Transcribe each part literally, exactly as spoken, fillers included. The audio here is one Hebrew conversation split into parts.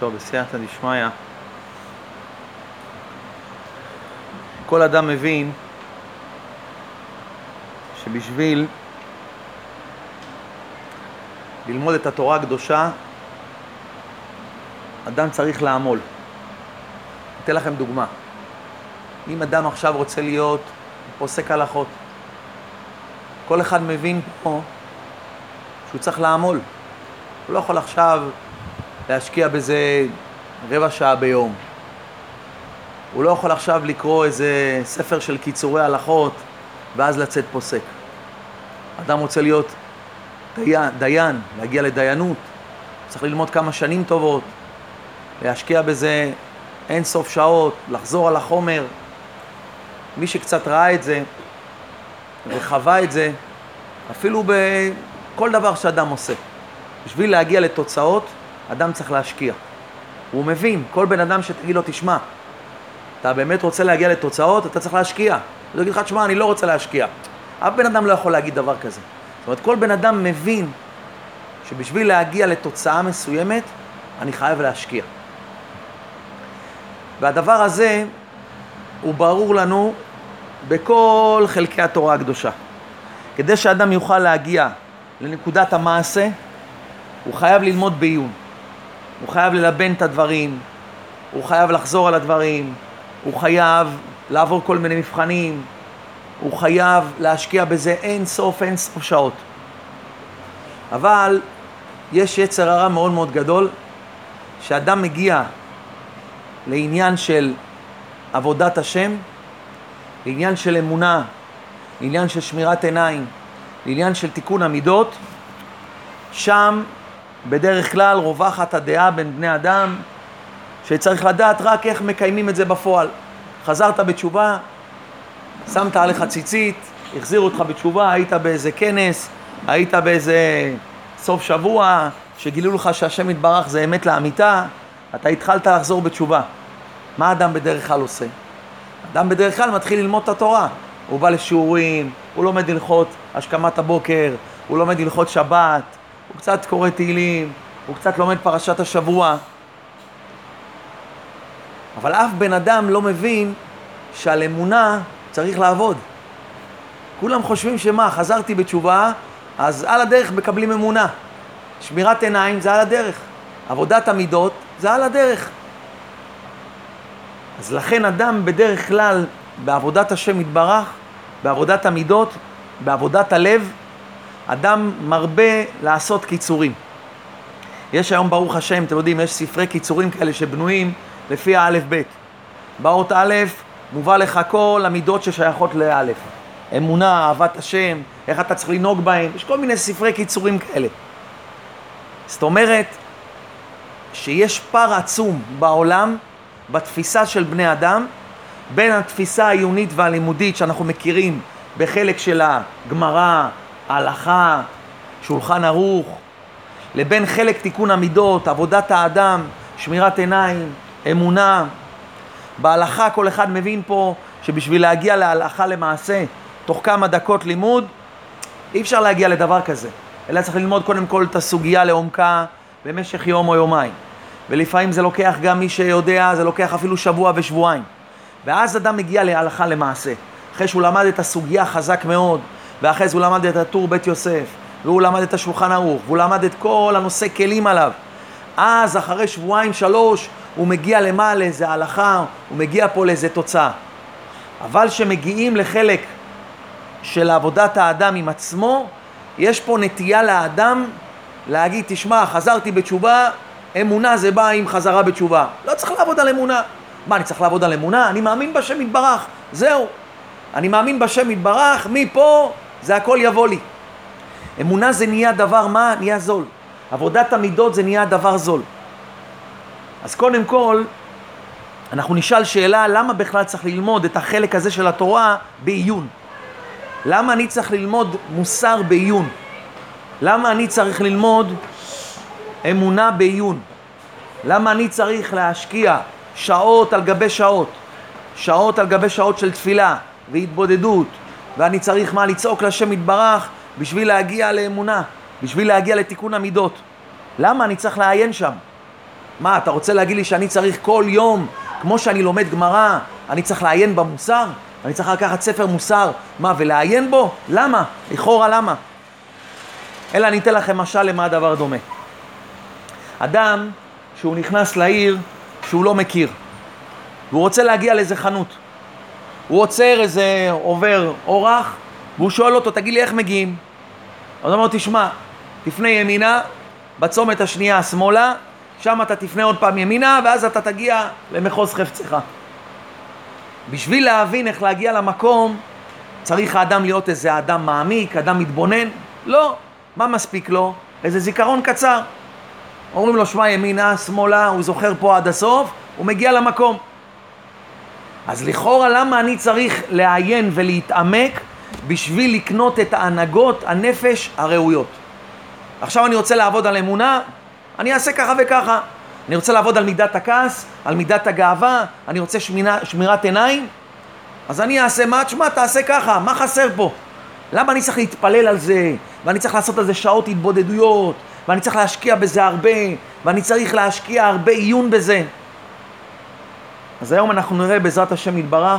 טוב, בסייעתא דשמיא. כל אדם מבין שבשביל ללמוד את התורה הקדושה, אדם צריך לעמול. אתן לכם דוגמה. אם אדם עכשיו רוצה להיות פוסק הלכות, כל אחד מבין פה שהוא צריך לעמול. הוא לא יכול עכשיו להשקיע בזה רבע שעה ביום. הוא לא יכול עכשיו לקרוא איזה ספר של קיצורי הלכות ואז לצאת פוסק. אדם רוצה להיות דיין, דיין, להגיע לדיינות. צריך ללמוד כמה שנים טובות, להשקיע בזה אין סוף שעות, לחזור על החומר. מי שקצת ראה את זה וחווה את זה, אפילו בכל דבר שאדם עושה, בשביל להגיע לתוצאות, אדם צריך להשקיע. הוא מבין, כל בן אדם שתגיד לו, תשמע, אתה באמת רוצה להגיע לתוצאות, אתה צריך להשקיע. הוא יגיד לך, תשמע, אני לא רוצה להשקיע. אף בן אדם לא יכול להגיד דבר כזה. זאת אומרת, כל בן אדם מבין שבשביל להגיע לתוצאה מסוימת, אני חייב להשקיע. והדבר הזה הוא ברור לנו בכל חלקי התורה הקדושה. כדי שאדם יוכל להגיע לנקודת המעשה, הוא חייב ללמוד בעיון. הוא חייב ללבן את הדברים, הוא חייב לחזור על הדברים, הוא חייב לעבור כל מיני מבחנים, הוא חייב להשקיע בזה אין סוף, אין סוף שעות. אבל יש יצר הרע מאוד מאוד גדול, שאדם מגיע לעניין של עבודת השם, לעניין של אמונה, לעניין של שמירת עיניים, לעניין של תיקון המידות, שם בדרך כלל רווחת הדעה בין בני אדם, שצריך לדעת רק איך מקיימים את זה בפועל. חזרת בתשובה, שמת עליך ציצית, החזירו אותך בתשובה, היית באיזה כנס, היית באיזה סוף שבוע, שגילו לך שהשם יתברך זה אמת לאמיתה, אתה התחלת לחזור בתשובה. מה אדם בדרך כלל עושה? אדם בדרך כלל מתחיל ללמוד את התורה. הוא בא לשיעורים, הוא לומד הלכות השכמת הבוקר, הוא לומד הלכות שבת, הוא קצת קורא תהילים, הוא קצת לומד פרשת השבוע. אבל אף בן אדם לא מבין שעל אמונה צריך לעבוד. כולם חושבים שמה, חזרתי בתשובה, אז על הדרך מקבלים אמונה. שמירת עיניים זה על הדרך. עבודת המידות זה על הדרך. אז לכן אדם בדרך כלל בעבודת השם יתברך, בעבודת המידות, בעבודת הלב, אדם מרבה לעשות קיצורים. יש היום ברוך השם, אתם יודעים, יש ספרי קיצורים כאלה שבנויים לפי האלף בית. באות א' מובא לך כל המידות ששייכות לאלף. אמונה, אהבת השם, איך אתה צריך לנהוג בהם, יש כל מיני ספרי קיצורים כאלה. זאת אומרת שיש פער עצום בעולם, בתפיסה של בני אדם, בין התפיסה העיונית והלימודית שאנחנו מכירים בחלק של הגמרא, ההלכה, שולחן ערוך, לבין חלק תיקון המידות, עבודת האדם, שמירת עיניים, אמונה. בהלכה כל אחד מבין פה שבשביל להגיע להלכה למעשה, תוך כמה דקות לימוד, אי אפשר להגיע לדבר כזה. אלא צריך ללמוד קודם כל את הסוגיה לעומקה במשך יום או יומיים. ולפעמים זה לוקח גם מי שיודע, זה לוקח אפילו שבוע ושבועיים. ואז אדם מגיע להלכה למעשה. אחרי שהוא למד את הסוגיה חזק מאוד, ואחרי זה הוא למד את הטור בית יוסף, והוא למד את השולחן ערוך, והוא למד את כל הנושא כלים עליו. אז אחרי שבועיים שלוש, הוא מגיע למה? לאיזה הלכה, הוא מגיע פה לאיזה תוצאה. אבל שמגיעים לחלק של עבודת האדם עם עצמו, יש פה נטייה לאדם להגיד, תשמע, חזרתי בתשובה, אמונה זה בא עם חזרה בתשובה. לא צריך לעבוד על אמונה. מה, אני צריך לעבוד על אמונה? אני מאמין בשם יתברך. זהו. אני מאמין בשם יתברך, מפה זה הכל יבוא לי. אמונה זה נהיה דבר מה? נהיה זול. עבודת המידות זה נהיה דבר זול. אז קודם כל, אנחנו נשאל שאלה, למה בכלל צריך ללמוד את החלק הזה של התורה בעיון? למה אני צריך ללמוד מוסר בעיון? למה אני צריך ללמוד אמונה בעיון? למה אני צריך להשקיע שעות על גבי שעות, שעות על גבי שעות של תפילה והתבודדות, ואני צריך מה? לצעוק לשם יתברך בשביל להגיע לאמונה, בשביל להגיע לתיקון המידות. למה אני צריך לעיין שם? מה, אתה רוצה להגיד לי שאני צריך כל יום, כמו שאני לומד גמרא, אני צריך לעיין במוסר? אני צריך לקחת ספר מוסר, מה, ולעיין בו? למה? לכאורה למה? אלא אני אתן לכם משל למה הדבר דומה. אדם שהוא נכנס לעיר שהוא לא מכיר, והוא רוצה להגיע לאיזה חנות. הוא עוצר איזה עובר אורח, והוא שואל אותו, תגיד לי איך מגיעים? אז הוא אומר, תשמע, תפנה ימינה, בצומת השנייה שמאלה, שם אתה תפנה עוד פעם ימינה, ואז אתה תגיע למחוז חפצך. בשביל להבין איך להגיע למקום, צריך האדם להיות איזה אדם מעמיק, אדם מתבונן? לא. מה מספיק לו? איזה זיכרון קצר. אומרים לו, שמע ימינה, שמאלה, הוא זוכר פה עד הסוף, הוא מגיע למקום. אז לכאורה למה אני צריך לעיין ולהתעמק בשביל לקנות את ההנהגות הנפש הראויות? עכשיו אני רוצה לעבוד על אמונה, אני אעשה ככה וככה. אני רוצה לעבוד על מידת הכעס, על מידת הגאווה, אני רוצה שמינה, שמירת עיניים, אז אני אעשה מה? תשמע, תעשה ככה, מה חסר פה? למה אני צריך להתפלל על זה? ואני צריך לעשות על זה שעות התבודדויות, ואני צריך להשקיע בזה הרבה, ואני צריך להשקיע הרבה עיון בזה. אז היום אנחנו נראה בעזרת השם יתברך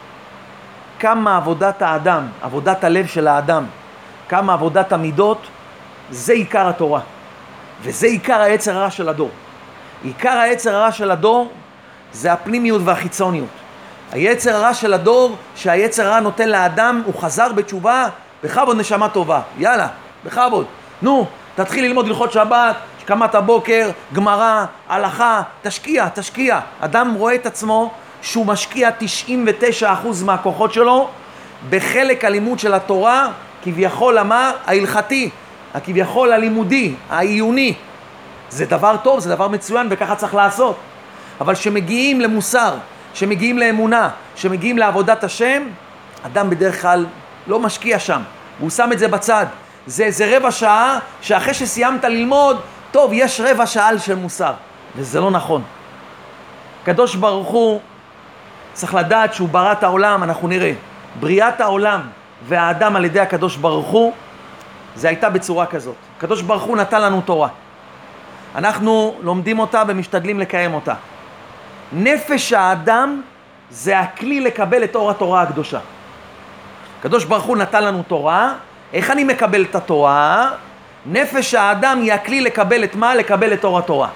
כמה עבודת האדם, עבודת הלב של האדם, כמה עבודת המידות, זה עיקר התורה. וזה עיקר היצר הרע של הדור. עיקר היצר הרע של הדור זה הפנימיות והחיצוניות. היצר הרע של הדור, שהיצר הרע נותן לאדם, הוא חזר בתשובה, בכבוד נשמה טובה. יאללה, בכבוד. נו, תתחיל ללמוד הלכות שבת, קמת הבוקר, גמרא, הלכה, תשקיע, תשקיע. אדם רואה את עצמו שהוא משקיע תשעים ותשעה אחוז מהכוחות שלו בחלק הלימוד של התורה, כביכול למה? ההלכתי, הכביכול הלימודי, העיוני. זה דבר טוב, זה דבר מצוין, וככה צריך לעשות. אבל שמגיעים למוסר, שמגיעים לאמונה, שמגיעים לעבודת השם, אדם בדרך כלל לא משקיע שם, הוא שם את זה בצד. זה איזה רבע שעה שאחרי שסיימת ללמוד, טוב, יש רבע שעה של מוסר, וזה לא נכון. הקדוש ברוך הוא צריך לדעת שהוא ברא את העולם, אנחנו נראה. בריאת העולם והאדם על ידי הקדוש ברוך הוא, זה הייתה בצורה כזאת. הקדוש ברוך הוא נתן לנו תורה. אנחנו לומדים אותה ומשתדלים לקיים אותה. נפש האדם זה הכלי לקבל את אור התורה הקדושה. הקדוש ברוך הוא נתן לנו תורה. איך אני מקבל את התורה? נפש האדם היא הכלי לקבל את מה? לקבל את אור התורה.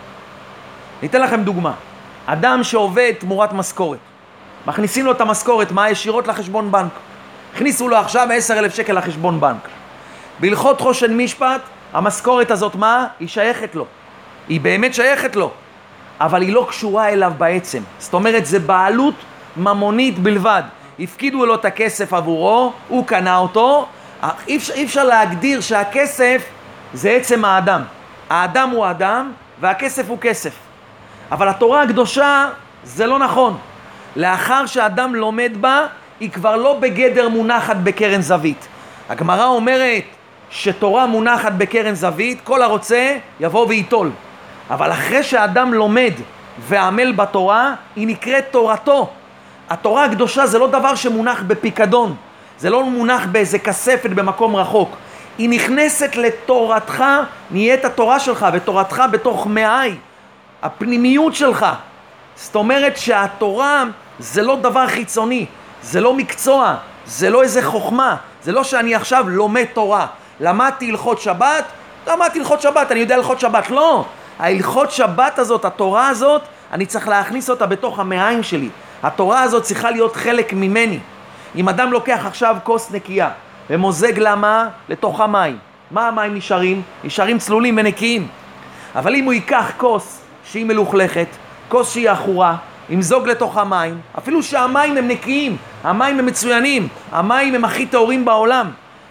ניתן לכם דוגמה. אדם שעובד תמורת משכורת. מכניסים לו את המשכורת, מה? ישירות לחשבון בנק. הכניסו לו עכשיו עשרת אלפים שקל לחשבון בנק. בהלכות חושן משפט, המשכורת הזאת מה? היא שייכת לו. היא באמת שייכת לו. אבל היא לא קשורה אליו בעצם. זאת אומרת, זה בעלות ממונית בלבד. הפקידו לו את הכסף עבורו, הוא קנה אותו. אי אפשר, אי אפשר להגדיר שהכסף זה עצם האדם. האדם הוא אדם והכסף הוא כסף. אבל התורה הקדושה זה לא נכון. לאחר שאדם לומד בה, היא כבר לא בגדר מונחת בקרן זווית. הגמרא אומרת שתורה מונחת בקרן זווית, כל הרוצה יבוא ויטול. אבל אחרי שאדם לומד ועמל בתורה, היא נקראת תורתו. התורה הקדושה זה לא דבר שמונח בפיקדון. זה לא מונח באיזה כספת במקום רחוק. היא נכנסת לתורתך, נהיית התורה שלך, ותורתך בתוך מאי, הפנימיות שלך. זאת אומרת שהתורה זה לא דבר חיצוני, זה לא מקצוע, זה לא איזה חוכמה, זה לא שאני עכשיו לומד תורה. למדתי הלכות שבת, למדתי הלכות שבת, אני יודע הלכות שבת, לא. ההלכות שבת הזאת, התורה הזאת, אני צריך להכניס אותה בתוך המעיים שלי. התורה הזאת צריכה להיות חלק ממני. אם אדם לוקח עכשיו כוס נקייה ומוזג למה? לתוך המים. מה המים נשארים? נשארים צלולים ונקיים. אבל אם הוא ייקח כוס שהיא מלוכלכת, כוס שהיא אחורה, ימזוג לתוך המים, אפילו שהמים הם נקיים, המים הם מצוינים, המים הם הכי טהורים בעולם.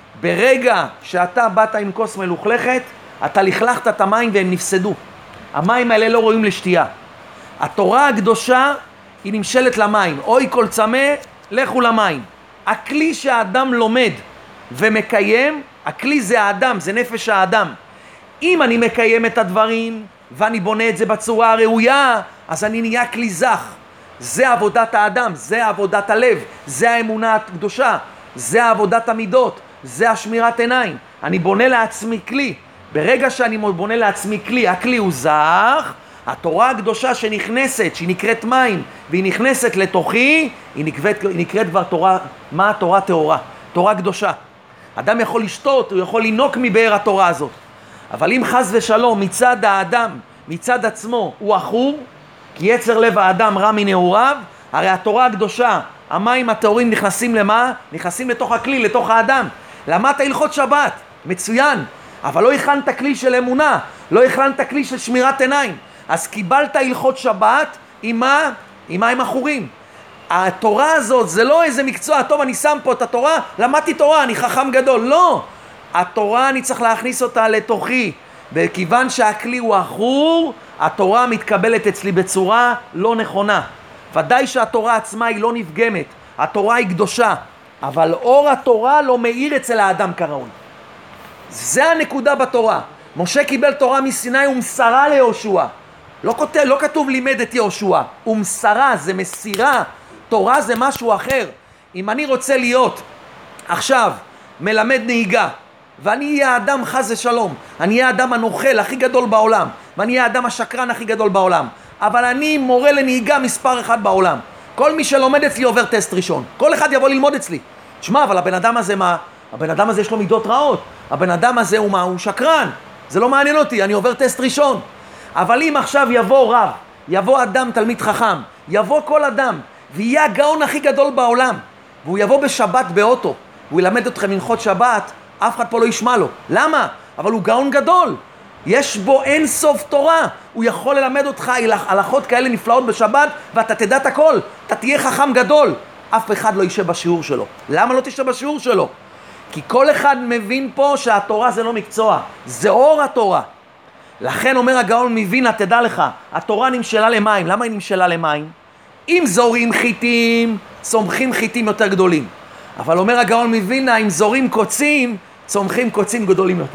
ברגע שאתה באת עם כוס מלוכלכת, אתה לכלכת את המים והם נפסדו. המים האלה לא רואים לשתייה. התורה הקדושה היא נמשלת למים. אוי כל צמא, לכו למים. הכלי שהאדם לומד ומקיים, הכלי זה האדם, זה נפש האדם. אם אני מקיים את הדברים ואני בונה את זה בצורה הראויה, אז אני נהיה כלי זך. זה עבודת האדם, זה עבודת הלב, זה האמונה הקדושה, זה עבודת המידות, זה השמירת עיניים. אני בונה לעצמי כלי. ברגע שאני בונה לעצמי כלי, הכלי הוא זך, התורה הקדושה שנכנסת, שהיא נקראת מים, והיא נכנסת לתוכי, היא נקראת, היא נקראת כבר תורה, מה התורה טהורה? תורה קדושה. אדם יכול לשתות, הוא יכול לינוק מבאר התורה הזאת. אבל אם חס ושלום מצד האדם, מצד עצמו, הוא אחור, כי יצר לב האדם רע מנעוריו, הרי התורה הקדושה, המים הטהורים נכנסים למה? נכנסים לתוך הכלי, לתוך האדם. למדת הלכות שבת, מצוין, אבל לא הכנת כלי של אמונה, לא הכנת כלי של שמירת עיניים. אז קיבלת הלכות שבת עם מה? עם מים אחורים. התורה הזאת זה לא איזה מקצוע, טוב אני שם פה את התורה, למדתי תורה, אני חכם גדול, לא. התורה אני צריך להכניס אותה לתוכי, וכיוון שהכלי הוא אחור, התורה מתקבלת אצלי בצורה לא נכונה. ודאי שהתורה עצמה היא לא נפגמת, התורה היא קדושה, אבל אור התורה לא מאיר אצל האדם כראוי. זה הנקודה בתורה. משה קיבל תורה מסיני ומסרה ליהושע. לא כותב, לא כתוב לימד את יהושע, ומסרה זה מסירה, תורה זה משהו אחר. אם אני רוצה להיות עכשיו מלמד נהיגה, ואני אהיה האדם חס ושלום, אני אהיה האדם הנוכל הכי גדול בעולם, ואני אהיה האדם השקרן הכי גדול בעולם, אבל אני מורה לנהיגה מספר אחד בעולם. כל מי שלומד אצלי עובר טסט ראשון, כל אחד יבוא ללמוד אצלי. תשמע, אבל הבן אדם הזה מה? הבן אדם הזה יש לו מידות רעות, הבן אדם הזה הוא מה? הוא שקרן, זה לא מעניין אותי, אני עובר טסט ראשון. אבל אם עכשיו יבוא רב, יבוא אדם תלמיד חכם, יבוא כל אדם, ויהיה הגאון הכי גדול בעולם, והוא יבוא בשבת באוטו, והוא ילמד אתכם הלכות שבת, אף אחד פה לא ישמע לו. למה? אבל הוא גאון גדול. יש בו אין סוף תורה. הוא יכול ללמד אותך הלכות כאלה נפלאות בשבת, ואתה תדע את הכל. אתה תהיה חכם גדול. אף אחד לא יישב בשיעור שלו. למה לא תשב בשיעור שלו? כי כל אחד מבין פה שהתורה זה לא מקצוע, זה אור התורה. לכן אומר הגאון מווילנה, תדע לך, התורה נמשלה למים. למה היא נמשלה למים? אם זורים חיטים, צומחים חיטים יותר גדולים. אבל אומר הגאון מווילנה, אם זורים קוצים, צומחים קוצים גדולים יותר.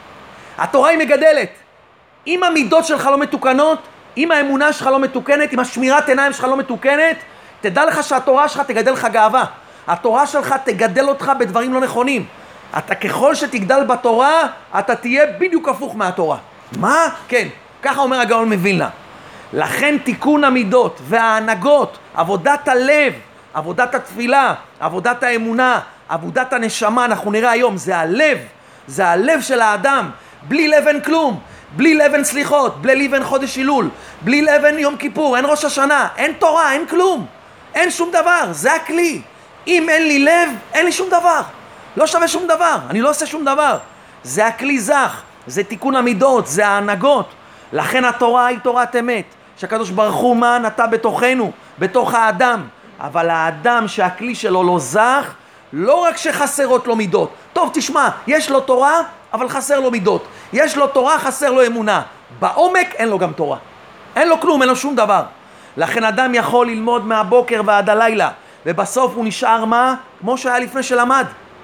התורה היא מגדלת. אם המידות שלך לא מתוקנות, אם האמונה שלך לא מתוקנת, אם השמירת עיניים שלך לא מתוקנת, תדע לך שהתורה שלך תגדל לך גאווה. התורה שלך תגדל אותך בדברים לא נכונים. אתה ככל שתגדל בתורה, אתה תהיה בדיוק הפוך מהתורה. מה? כן, ככה אומר הגאון מווילנה. לכן תיקון המידות וההנהגות, עבודת הלב, עבודת התפילה, עבודת האמונה, עבודת הנשמה, אנחנו נראה היום, זה הלב, זה הלב של האדם. בלי לב אין כלום, בלי לב אין סליחות, בלי לב אין חודש אילול, בלי לב אין יום כיפור, אין ראש השנה, אין תורה, אין כלום, אין שום דבר, זה הכלי. אם אין לי לב, אין לי שום דבר, לא שווה שום דבר, אני לא עושה שום דבר. זה הכלי זך, זה תיקון המידות, זה ההנהגות. לכן התורה היא תורת אמת, שהקדוש ברוך הוא מה נטע בתוכנו, בתוך האדם. אבל האדם שהכלי שלו לא זך, לא רק שחסרות לו מידות. טוב, תשמע, יש לו תורה, אבל חסר לו מידות. יש לו תורה, חסר לו אמונה. בעומק אין לו גם תורה. אין לו כלום, אין לו שום דבר. לכן אדם יכול ללמוד מהבוקר ועד הלילה, ובסוף הוא נשאר מה? כמו שהיה לפני שלמד.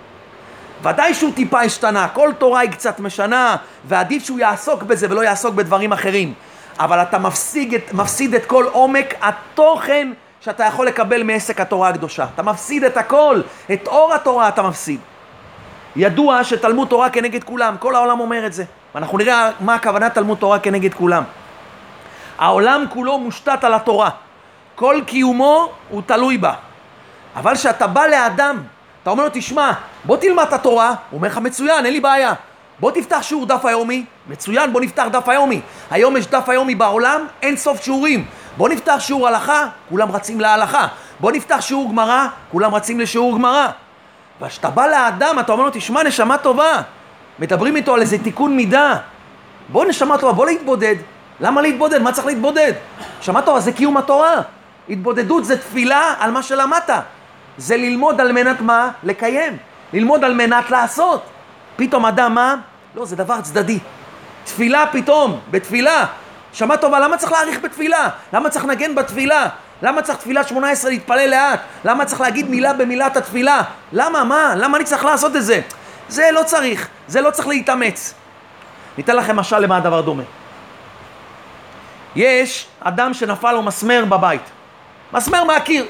ודאי שהוא טיפה השתנה, כל תורה היא קצת משנה, ועדיף שהוא יעסוק בזה ולא יעסוק בדברים אחרים. אבל אתה מפסיד את, מפסיד את כל עומק התוכן שאתה יכול לקבל מעסק התורה הקדושה. אתה מפסיד את הכל, את אור התורה אתה מפסיד. ידוע שתלמוד תורה כנגד כולם, כל העולם אומר את זה. ואנחנו נראה מה הכוונה תלמוד תורה כנגד כולם. העולם כולו מושתת על התורה. כל קיומו הוא תלוי בה. אבל שאתה בא לאדם, אתה אומר לו, תשמע, בוא תלמד את התורה, הוא אומר לך, מצוין, אין לי בעיה. בוא תפתח שיעור דף היומי, מצוין, בוא נפתח דף היומי. היום יש דף היומי בעולם, אין סוף שיעורים. בוא נפתח שיעור הלכה, כולם רצים להלכה. בוא נפתח שיעור גמרא, כולם רצים לשיעור גמרא. וכשאתה בא לאדם, אתה אומר לו, תשמע, נשמה טובה. מדברים איתו על איזה תיקון מידה. בוא נשמה טובה, בוא להתבודד. למה להתבודד? מה צריך להתבודד? נשמה טובה, זה קיום התורה. התבודדות זה תפילה על מה שלמדת. זה ללמוד על מנת מה? לקיים. ללמוד על מנת לעשות. פתאום אדם מה? לא, זה דבר צדדי. תפילה פתאום, בתפילה. נשמה טובה, למה צריך להאריך בתפילה? למה צריך לנגן בתפילה? למה צריך תפילת שמונה עשרה להתפלל לאט? למה צריך להגיד מילה במילת התפילה? למה? מה? למה אני צריך לעשות את זה? זה לא צריך, זה לא צריך להתאמץ. ניתן לכם משל למה הדבר דומה. יש אדם שנפל לו מסמר בבית. מסמר מהקיר.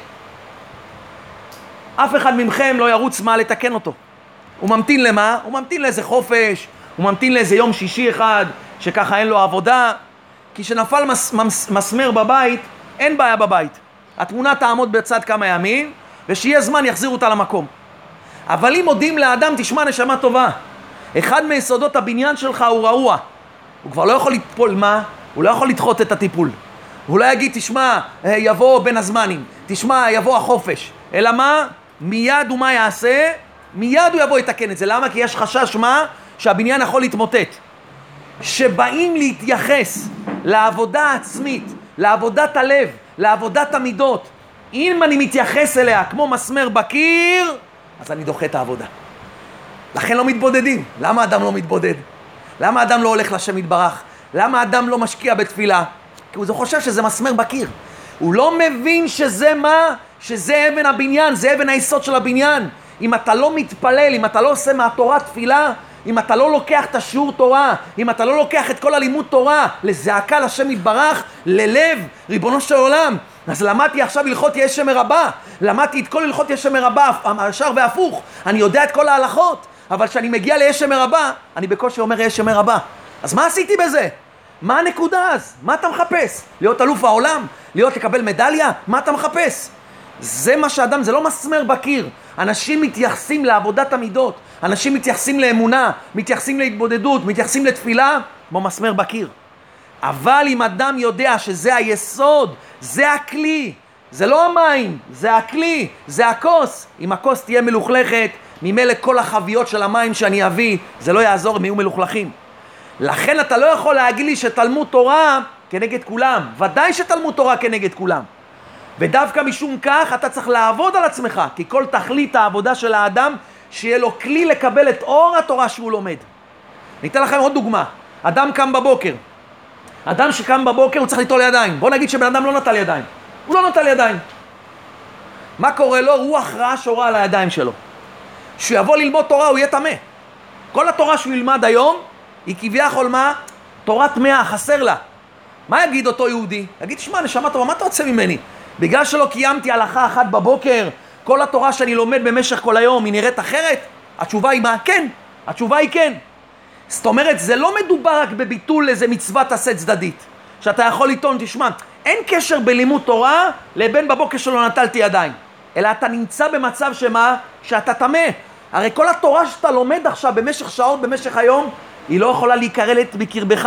אף אחד מכם לא ירוץ מה לתקן אותו. הוא ממתין למה? הוא ממתין לאיזה חופש, הוא ממתין לאיזה יום שישי אחד, שככה אין לו עבודה. כי כשנפל מס, מס, מסמר בבית, אין בעיה בבית. התמונה תעמוד בצד כמה ימים, ושיהיה זמן יחזירו אותה למקום. אבל אם מודים לאדם, תשמע נשמה טובה. אחד מיסודות הבניין שלך הוא רעוע. הוא כבר לא יכול לטפול, מה? הוא לא יכול לדחות את הטיפול. הוא לא יגיד, תשמע, יבוא בין הזמנים, תשמע, יבוא החופש. אלא מה? מיד הוא מה יעשה? מיד הוא יבוא יתקן את זה. למה? כי יש חשש מה? שהבניין יכול להתמוטט. שבאים להתייחס לעבודה העצמית, לעבודת הלב, לעבודת המידות, אם אני מתייחס אליה כמו מסמר בקיר, אז אני דוחה את העבודה. לכן לא מתבודדים. למה אדם לא מתבודד? למה אדם לא הולך לשם יתברך? למה אדם לא משקיע בתפילה? כי הוא חושב שזה מסמר בקיר. הוא לא מבין שזה מה? שזה אבן הבניין, זה אבן היסוד של הבניין. אם אתה לא מתפלל, אם אתה לא עושה מהתורה תפילה, אם אתה לא לוקח את השיעור תורה, אם אתה לא לוקח את כל הלימוד תורה לזעקה לשם יתברך, ללב, ריבונו של עולם. אז למדתי עכשיו הלכות יש שם מרבה, למדתי את כל הלכות יש שם מרבה, השאר והפוך, אני יודע את כל ההלכות, אבל כשאני מגיע ליש שם מרבה, אני בקושי אומר יש שם מרבה. אז מה עשיתי בזה? מה הנקודה אז? מה אתה מחפש? להיות אלוף העולם? להיות לקבל מדליה? מה אתה מחפש? זה מה שאדם, זה לא מסמר בקיר. אנשים מתייחסים לעבודת המידות, אנשים מתייחסים לאמונה, מתייחסים להתבודדות, מתייחסים לתפילה, כמו מסמר בקיר. אבל אם אדם יודע שזה היסוד, זה הכלי, זה לא המים, זה הכלי, זה הכוס. אם הכוס תהיה מלוכלכת, ממילא כל החביות של המים שאני אביא, זה לא יעזור, הם יהיו מלוכלכים. לכן אתה לא יכול להגיד לי שתלמוד תורה כנגד כולם. ודאי שתלמוד תורה כנגד כולם. ודווקא משום כך אתה צריך לעבוד על עצמך, כי כל תכלית העבודה של האדם, שיהיה לו כלי לקבל את אור התורה שהוא לומד. אני אתן לכם עוד דוגמה. אדם קם בבוקר. אדם שקם בבוקר הוא צריך ליטול ידיים. בוא נגיד שבן אדם לא נטל ידיים. הוא לא נטל ידיים. מה קורה לו? רוח רעה שורה על הידיים שלו. שהוא יבוא ללמוד תורה הוא יהיה טמא. כל התורה שהוא ילמד היום היא כביכול מה? תורה טמאה, חסר לה. מה יגיד אותו יהודי? יגיד, שמע, נשמה טובה, מה אתה רוצה ממני? בגלל שלא קיימתי הלכה אחת בבוקר, כל התורה שאני לומד במשך כל היום היא נראית אחרת? התשובה היא מה? כן. התשובה היא כן. זאת אומרת, זה לא מדובר רק בביטול איזה מצוות עשה צדדית. שאתה יכול לטעון, תשמע, אין קשר בלימוד תורה לבין בבוקר שלא נטלתי ידיים. אלא אתה נמצא במצב שמה? שאתה טמא. הרי כל התורה שאתה לומד עכשיו במשך שעות, במשך היום, היא לא יכולה להיקרלת בקרבך.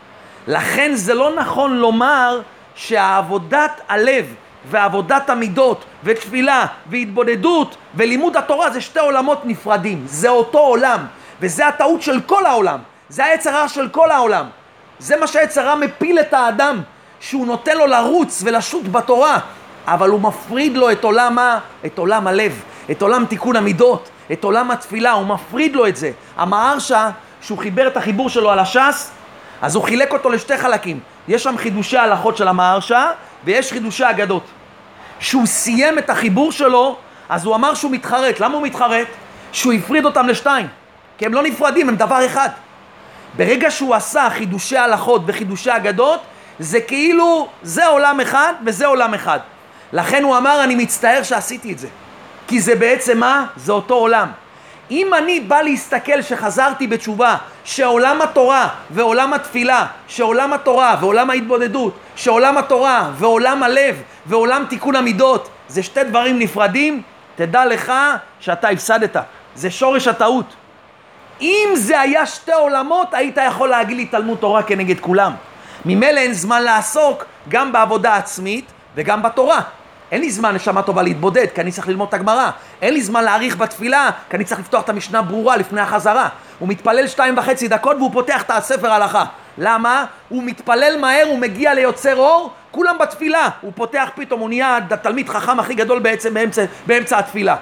לכן זה לא נכון לומר שהעבודת הלב ועבודת המידות ותפילה והתבודדות ולימוד התורה זה שתי עולמות נפרדים. זה אותו עולם, וזה הטעות של כל העולם. זה היצר הרע של כל העולם. זה מה שהיצר הרע מפיל את האדם, שהוא נותן לו לרוץ ולשוט בתורה, אבל הוא מפריד לו את עולם ה... את עולם הלב, את עולם תיקון המידות, את עולם התפילה, הוא מפריד לו את זה. המהרש"א, שהוא חיבר את החיבור שלו על הש"ס, אז הוא חילק אותו לשתי חלקים. יש שם חידושי ההלכות של המהרש"א, ויש חידושי אגדות. שהוא סיים את החיבור שלו, אז הוא אמר שהוא מתחרט. למה הוא מתחרט? שהוא הפריד אותם לשתיים. כי הם לא נפרדים, הם דבר אחד. ברגע שהוא עשה חידושי ההלכות וחידושי אגדות, זה כאילו, זה עולם אחד וזה עולם אחד. לכן הוא אמר, אני מצטער שעשיתי את זה. כי זה בעצם מה? זה אותו עולם. אם אני בא להסתכל שחזרתי בתשובה, שעולם התורה ועולם התפילה, שעולם התורה ועולם ההתבודדות, שעולם התורה ועולם הלב ועולם תיקון המידות, זה שתי דברים נפרדים, תדע לך שאתה הפסדת. זה שורש הטעות. אם זה היה שתי עולמות, היית יכול להגיד לי תלמוד תורה כנגד כולם. ממילא אין זמן לעסוק גם בעבודה עצמית וגם בתורה. אין לי זמן נשמה טובה להתבודד, כי אני צריך ללמוד את הגמרא. אין לי זמן להאריך בתפילה, כי אני צריך לפתוח את המשנה ברורה לפני החזרה. הוא מתפלל שתיים וחצי דקות והוא פותח את הספר ההלכה. למה? הוא מתפלל מהר, הוא מגיע ליוצר אור, כולם בתפילה. הוא פותח פתאום, הוא נהיה התלמיד חכם הכי גדול בעצם באמצע, באמצע התפילה.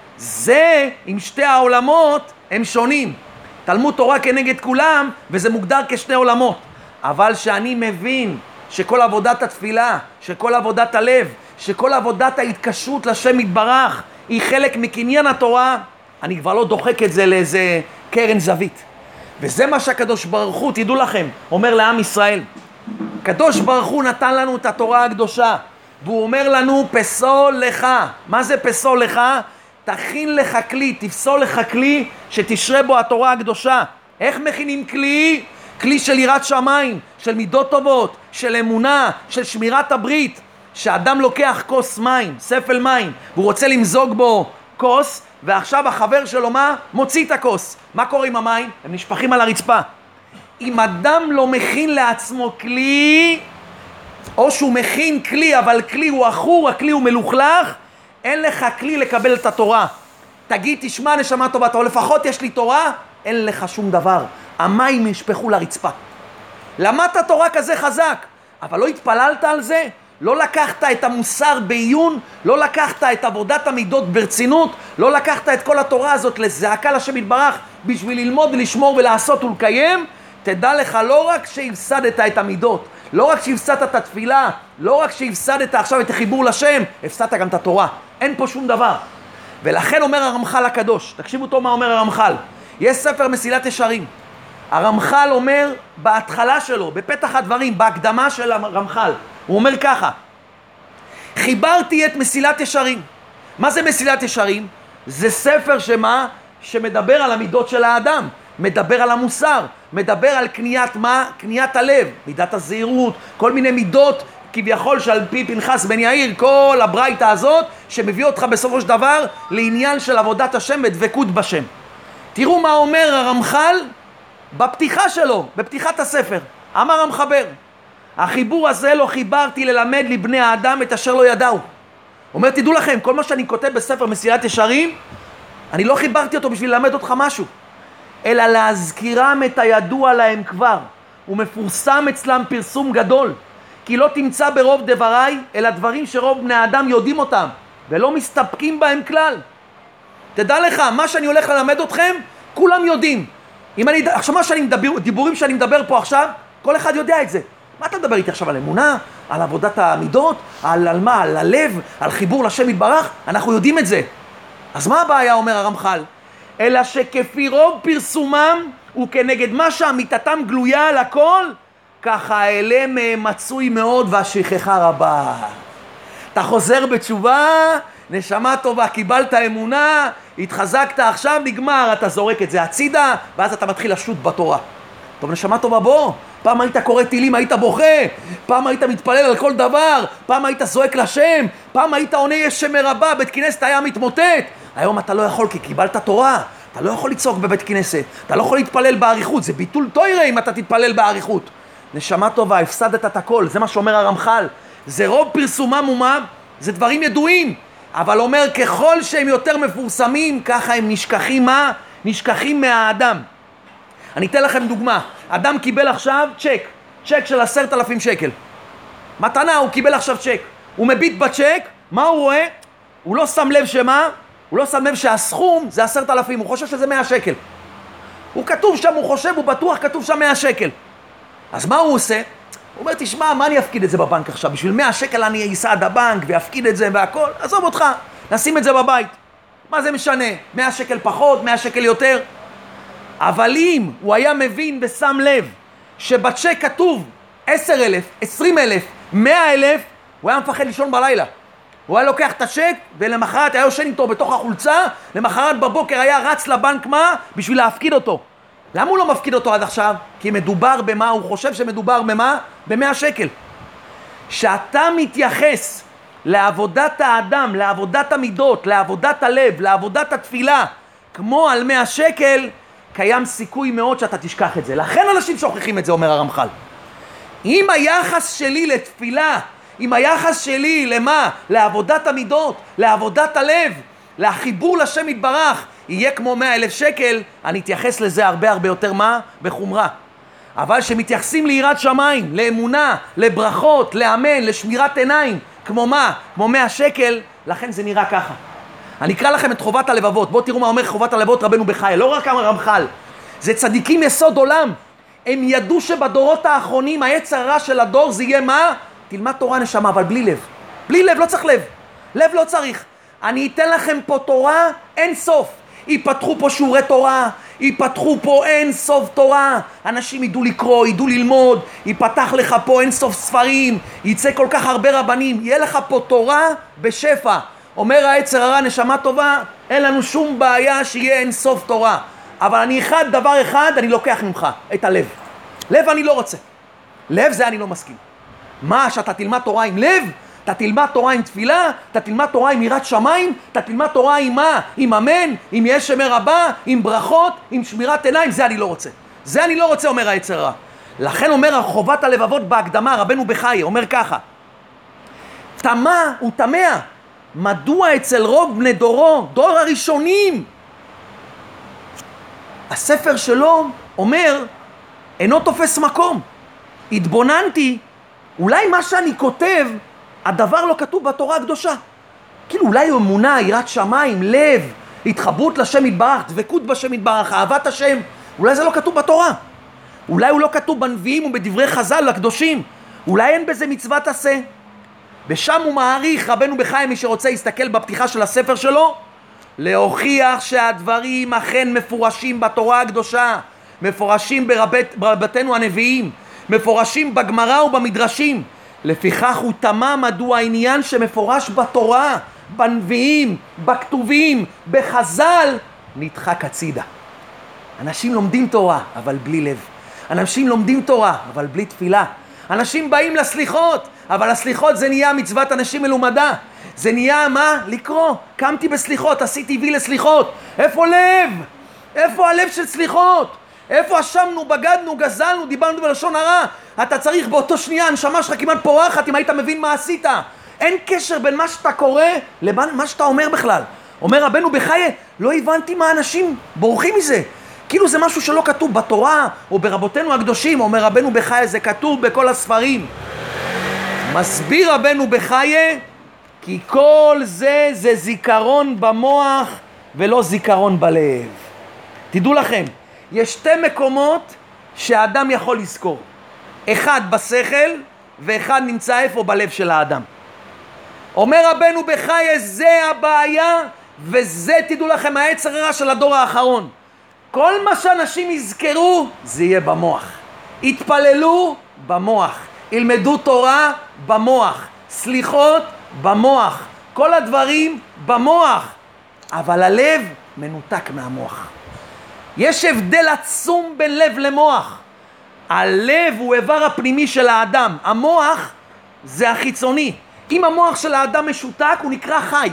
זה, עם שתי העולמות, הם שונים. תלמוד תורה כנגד כולם, וזה מוגדר כשני עולמות. אבל שאני מבין שכל עבודת התפילה, שכל עבודת הלב, שכל עבודת ההתקשרות לשם יתברך היא חלק מקניין התורה, אני כבר לא דוחק את זה לאיזה קרן זווית. וזה מה שהקדוש ברוך הוא, תדעו לכם, אומר לעם ישראל. הקדוש ברוך הוא נתן לנו את התורה הקדושה, והוא אומר לנו, פסול לך. מה זה פסול לך? תכין לך כלי, תפסול לך כלי שתשרה בו התורה הקדושה. איך מכינים כלי? כלי של יראת שמיים, של מידות טובות, של אמונה, של שמירת הברית. שאדם לוקח כוס מים, ספל מים, והוא רוצה למזוג בו כוס, ועכשיו החבר שלו מה? מוציא את הכוס. מה קורה עם המים? הם נשפכים על הרצפה. אם אדם לא מכין לעצמו כלי, או שהוא מכין כלי, אבל כלי הוא אחור, הכלי הוא מלוכלך, אין לך כלי לקבל את התורה. תגיד, תשמע נשמה טובה, או לפחות יש לי תורה, אין לך שום דבר. המים נשפכו לרצפה. למדת תורה כזה חזק, אבל לא התפללת על זה? לא לקחת את המוסר בעיון, לא לקחת את עבודת המידות ברצינות, לא לקחת את כל התורה הזאת לזעקה לשם יתברך בשביל ללמוד ולשמור ולעשות ולקיים, תדע לך לא רק שהפסדת את המידות, לא רק שהפסדת את התפילה, לא רק שהפסדת עכשיו את החיבור לשם, הפסדת גם את התורה. אין פה שום דבר. ולכן אומר הרמח"ל הקדוש, תקשיבו טוב מה אומר הרמח"ל. יש ספר מסילת ישרים. הרמח"ל אומר בהתחלה שלו, בפתח הדברים, בהקדמה של הרמח"ל, הוא אומר ככה, חיברתי את מסילת ישרים. מה זה מסילת ישרים? זה ספר שמה? שמדבר על המידות של האדם, מדבר על המוסר, מדבר על קניית מה? קניית הלב, מידת הזהירות, כל מיני מידות כביכול שעל פי פנחס בן יאיר, כל הברייתא הזאת שמביא אותך בסופו של דבר לעניין של עבודת השם ודבקות בשם. תראו מה אומר הרמח"ל בפתיחה שלו, בפתיחת הספר. אמר המחבר, החיבור הזה לא חיברתי ללמד לבני האדם את אשר לא ידעו. אומר, תדעו לכם, כל מה שאני כותב בספר מסילת ישרים, אני לא חיברתי אותו בשביל ללמד אותך משהו, אלא להזכירם את הידוע להם כבר. הוא מפורסם אצלם פרסום גדול, כי לא תמצא ברוב דבריי, אלא דברים שרוב בני האדם יודעים אותם, ולא מסתפקים בהם כלל. תדע לך, מה שאני הולך ללמד אתכם, כולם יודעים. אם אני, עכשיו מה שאני מדבר, דיבורים שאני מדבר פה עכשיו, כל אחד יודע את זה. מה אתה מדבר איתי עכשיו על אמונה, על עבודת העמידות, על, על מה, על הלב, על חיבור לשם יתברך? אנחנו יודעים את זה. אז מה הבעיה, אומר הרמח"ל? אלא שכפי רוב פרסומם, וכנגד מה שאמיתתם גלויה על הכל, ככה האלם מצוי מאוד והשכחה רבה. אתה חוזר בתשובה, נשמה טובה, קיבלת אמונה, התחזקת עכשיו, נגמר, אתה זורק את זה הצידה, ואז אתה מתחיל לשוט בתורה. טוב, נשמה טובה, בוא. פעם היית קורא תהילים, היית בוכה, פעם היית מתפלל על כל דבר, פעם היית זועק לשם, פעם היית עונה יש שם מרבה, בית כנסת היה מתמוטט. היום אתה לא יכול כי קיבלת תורה, אתה לא יכול לצעוק בבית כנסת, אתה לא יכול להתפלל בעריכות, זה ביטול תוירה אם אתה תתפלל בעריכות. נשמה טובה, הפסדת את הכל, זה מה שאומר הרמח"ל. זה רוב פרסומם ומה, זה דברים ידועים, אבל אומר ככל שהם יותר מפורסמים, ככה הם נשכחים מה? נשכחים מהאדם. אני אתן לכם דוגמה. אדם קיבל עכשיו צ'ק, צ'ק של עשרת אלפים שקל. מתנה, הוא קיבל עכשיו צ'ק. הוא מביט בצ'ק, מה הוא רואה? הוא לא שם לב שמה? הוא לא שם לב שהסכום זה עשרת אלפים, הוא חושב שזה מאה שקל. הוא כתוב שם, הוא חושב, הוא בטוח כתוב שם מאה שקל. אז מה הוא עושה? הוא אומר, תשמע, מה אני אפקיד את זה בבנק עכשיו? בשביל מאה שקל אני אסע עד הבנק ואפקיד את זה והכל. עזוב אותך, נשים את זה בבית. מה זה משנה? מאה שקל פחות, מאה שקל יותר. אבל אם הוא היה מבין ושם לב שבצ'ק כתוב עשר אלף, עשרים אלף, מאה אלף, הוא היה מפחד לישון בלילה. הוא היה לוקח את הצ'ק ולמחרת היה יושן איתו בתוך החולצה, למחרת בבוקר היה רץ לבנק מה? בשביל להפקיד אותו. למה הוא לא מפקיד אותו עד עכשיו? כי מדובר במה? הוא חושב שמדובר במה? במאה שקל. שאתה מתייחס לעבודת האדם, לעבודת המידות, לעבודת הלב, לעבודת התפילה, כמו על מאה שקל, קיים סיכוי מאוד שאתה תשכח את זה. לכן אנשים שוכחים את זה, אומר הרמח"ל. אם היחס שלי לתפילה, אם היחס שלי למה? לעבודת המידות, לעבודת הלב, לחיבור לשם יתברך, יהיה כמו מאה אלף שקל, אני אתייחס לזה הרבה הרבה יותר מה? בחומרה. אבל שמתייחסים ליראת שמיים, לאמונה, לברכות, לאמן, לשמירת עיניים, כמו מה? כמו מאה שקל, לכן זה נראה ככה. אני אקרא לכם את חובת הלבבות. בואו תראו מה אומר חובת הלבבות רבנו בחיי. לא רק אמר רמח"ל, זה צדיקים יסוד עולם. הם ידעו שבדורות האחרונים היצר הרע של הדור זה יהיה מה? תלמד תורה נשמה, אבל בלי לב. בלי לב, לא צריך לב. לב לא צריך. אני אתן לכם פה תורה אין סוף. ייפתחו פה שיעורי תורה, ייפתחו פה אין סוף תורה, אנשים ידעו לקרוא, ידעו ללמוד, ייפתח לך פה אין סוף ספרים, יצא כל כך הרבה רבנים, יהיה לך פה תורה בשפע. אומר היצר הרע, נשמה טובה, אין לנו שום בעיה שיהיה אין סוף תורה, אבל אני אחד, דבר אחד, אני לוקח ממך, את הלב. לב אני לא רוצה. לב זה אני לא מסכים. מה, שאתה תלמד תורה עם לב? אתה תלמד תורה עם תפילה? אתה תלמד תורה עם יראת שמיים? אתה תלמד תורה עם מה? עם אמן? עם יש שמר רבה? עם ברכות? עם שמירת עיניים? זה אני לא רוצה. זה אני לא רוצה, אומר היצר הרע. לכן אומר חובת הלבבות בהקדמה, רבנו בחיי, אומר ככה. תמה ותמה, מדוע אצל רוב בני דורו, דור הראשונים, הספר שלו אומר, אינו תופס מקום. התבוננתי, אולי מה שאני כותב, הדבר לא כתוב בתורה הקדושה. כאילו אולי אמונה, יראת שמיים, לב, התחברות לשם יתברך, דבקות בשם יתברך, אהבת השם, אולי זה לא כתוב בתורה. אולי הוא לא כתוב בנביאים ובדברי חז"ל הקדושים. אולי אין בזה מצוות עשה. ושם הוא מעריך, רבנו בחיי, מי שרוצה להסתכל בפתיחה של הספר שלו, להוכיח שהדברים אכן מפורשים בתורה הקדושה, מפורשים ברבת, ברבתנו הנביאים, מפורשים בגמרא ובמדרשים. לפיכך הוא תמה מדוע העניין שמפורש בתורה, בנביאים, בכתובים, בחז"ל, נדחק הצידה. אנשים לומדים תורה, אבל בלי לב. אנשים לומדים תורה, אבל בלי תפילה. אנשים באים לסליחות, אבל הסליחות זה נהיה מצוות אנשים מלומדה. זה נהיה מה? לקרוא. קמתי בסליחות, עשיתי וי לסליחות. איפה לב? איפה הלב של סליחות? איפה אשמנו, בגדנו, גזלנו, דיברנו בלשון הרע? אתה צריך באותו שנייה, הנשמה שלך כמעט פורחת אם היית מבין מה עשית. אין קשר בין מה שאתה קורא לבין מה שאתה אומר בכלל. אומר רבנו בחיי, לא הבנתי מה אנשים בורחים מזה. כאילו זה משהו שלא כתוב בתורה או ברבותינו הקדושים. אומר רבנו בחיי, זה כתוב בכל הספרים. מסביר רבנו בחיי, כי כל זה זה זיכרון במוח ולא זיכרון בלב. תדעו לכם, יש שתי מקומות שהאדם יכול לזכור. אחד בשכל ואחד נמצא איפה? בלב של האדם. אומר רבנו בחיי, זה הבעיה, וזה תדעו לכם היצר הרע של הדור האחרון. כל מה שאנשים יזכרו זה יהיה במוח. יתפללו במוח, ילמדו תורה במוח, סליחות במוח, כל הדברים במוח, אבל הלב מנותק מהמוח. יש הבדל עצום בין לב למוח. הלב הוא איבר הפנימי של האדם, המוח זה החיצוני. אם המוח של האדם משותק הוא נקרא חי.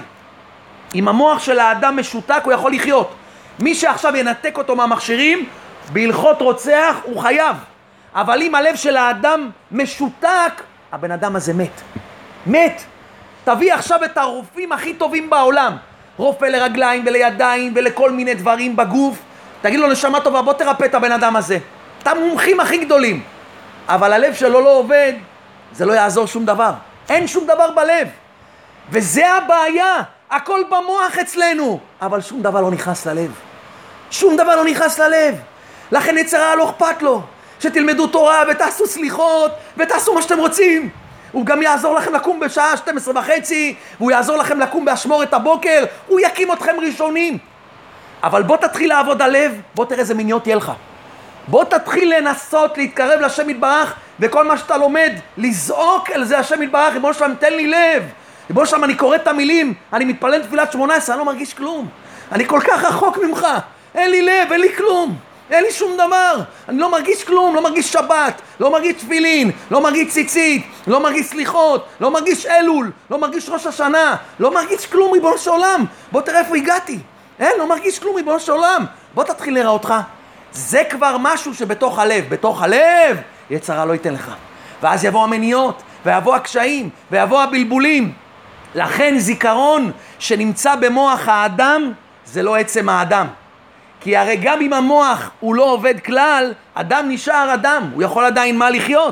אם המוח של האדם משותק הוא יכול לחיות. מי שעכשיו ינתק אותו מהמכשירים, בהלכות רוצח הוא חייב. אבל אם הלב של האדם משותק, הבן אדם הזה מת. מת. תביא עכשיו את הרופאים הכי טובים בעולם. רופא לרגליים ולידיים ולכל מיני דברים בגוף. תגיד לו נשמה טובה, בוא תרפא את הבן אדם הזה. אתה מומחים הכי גדולים. אבל הלב שלו לא עובד, זה לא יעזור שום דבר. אין שום דבר בלב. וזה הבעיה. הכל במוח אצלנו. אבל שום דבר לא נכנס ללב. שום דבר לא נכנס ללב. לכן יצר הרע לא אכפת לו. שתלמדו תורה ותעשו סליחות ותעשו מה שאתם רוצים. הוא גם יעזור לכם לקום בשעה שתים עשרה וחצי, והוא יעזור לכם לקום באשמורת הבוקר, הוא יקים אתכם ראשונים. אבל בוא תתחיל לעבוד הלב, בוא תראה איזה מיניות יהיה לך. בוא תתחיל לנסות להתקרב לשם יתברך, וכל מה שאתה לומד, לזעוק אל זה השם יתברך, ריבונו שלם תן לי לב. ריבונו שלם אני קורא את המילים, אני מתפלל תפילת שמונה עשרה, אני לא מרגיש כלום. אני כל כך רחוק ממך, אין לי לב, אין לי כלום. אין לי שום דבר, אני לא מרגיש כלום, לא מרגיש שבת, לא מרגיש תפילין, לא מרגיש ציצית, לא מרגיש סליחות, לא מרגיש אלול, לא מרגיש ראש השנה, לא מרגיש כלום ריבונו של עולם. בוא תראה איפה הגעתי. אין, לא מרגיש כלום ריבונו של עולם. בוא תתחיל לראה אותך. זה כבר משהו שבתוך הלב, בתוך הלב, יצר הרע לא ייתן לך. ואז יבוא המניות, ויבוא הקשיים, ויבוא הבלבולים. לכן זיכרון שנמצא במוח האדם, זה לא עצם האדם. כי הרי גם אם המוח הוא לא עובד כלל, אדם נשאר אדם, הוא יכול עדיין מה לחיות.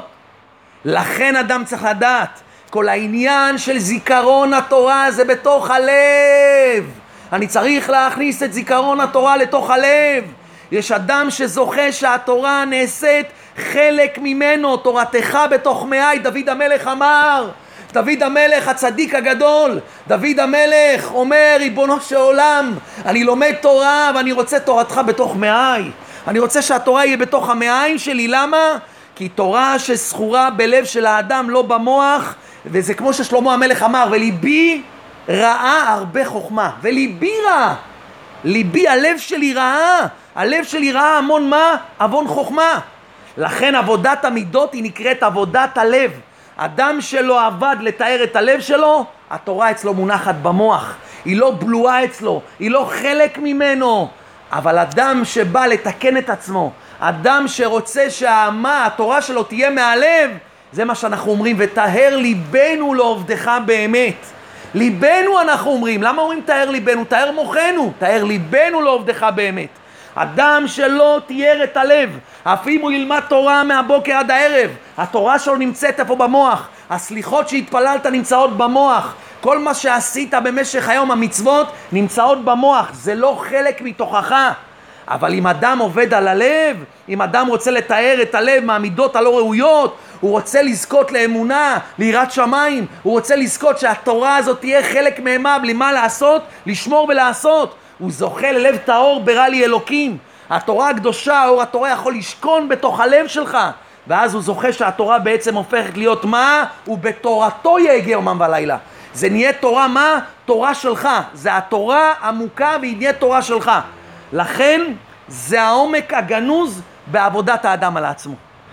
לכן אדם צריך לדעת, כל העניין של זיכרון התורה זה בתוך הלב. אני צריך להכניס את זיכרון התורה לתוך הלב. יש אדם שזוכה שהתורה נעשית חלק ממנו, תורתך בתוך מאי, דוד המלך אמר. דוד המלך הצדיק הגדול, דוד המלך אומר, ריבונו של עולם, אני לומד תורה ואני רוצה תורתך בתוך מאי. אני רוצה שהתורה יהיה בתוך המאיים שלי. למה? כי תורה שסחורה בלב של האדם, לא במוח, וזה כמו ששלמה המלך אמר, וליבי ראה הרבה חוכמה. וליבי ראה, ליבי, הלב שלי ראה, הלב שלי ראה המון מה? המון חוכמה. לכן עבודת המידות היא נקראת עבודת הלב. אדם שלא עבד לתאר את הלב שלו, התורה אצלו מונחת במוח, היא לא בלועה אצלו, היא לא חלק ממנו. אבל אדם שבא לתקן את עצמו, אדם שרוצה שהמה, התורה שלו תהיה מהלב, זה מה שאנחנו אומרים, ותאר ליבנו לעובדך באמת. ליבנו אנחנו אומרים, למה אומרים תאר ליבנו? תאר מוחנו, תאר ליבנו לעובדך באמת. אדם שלא תיאר את הלב, אף אם הוא ילמד תורה מהבוקר עד הערב, התורה שלו נמצאת איפה במוח, הסליחות שהתפללת נמצאות במוח, כל מה שעשית במשך היום, המצוות, נמצאות במוח, זה לא חלק מתוכך. אבל אם אדם עובד על הלב, אם אדם רוצה לתאר את הלב מהמידות הלא ראויות, הוא רוצה לזכות לאמונה, ליראת שמיים, הוא רוצה לזכות שהתורה הזאת תהיה חלק מהמה, בלי מה לעשות, לשמור ולעשות. הוא זוכה ללב טהור ברא לי אלוקים. התורה הקדושה, אור התורה יכול לשכון בתוך הלב שלך, ואז הוא זוכה שהתורה בעצם הופכת להיות מה? ובתורתו יהגה יומם ולילה. זה נהיה תורה מה? תורה שלך. זה התורה עמוקה והיא נהיה תורה שלך. לכן זה העומק הגנוז בעבודת האדם על עצמו.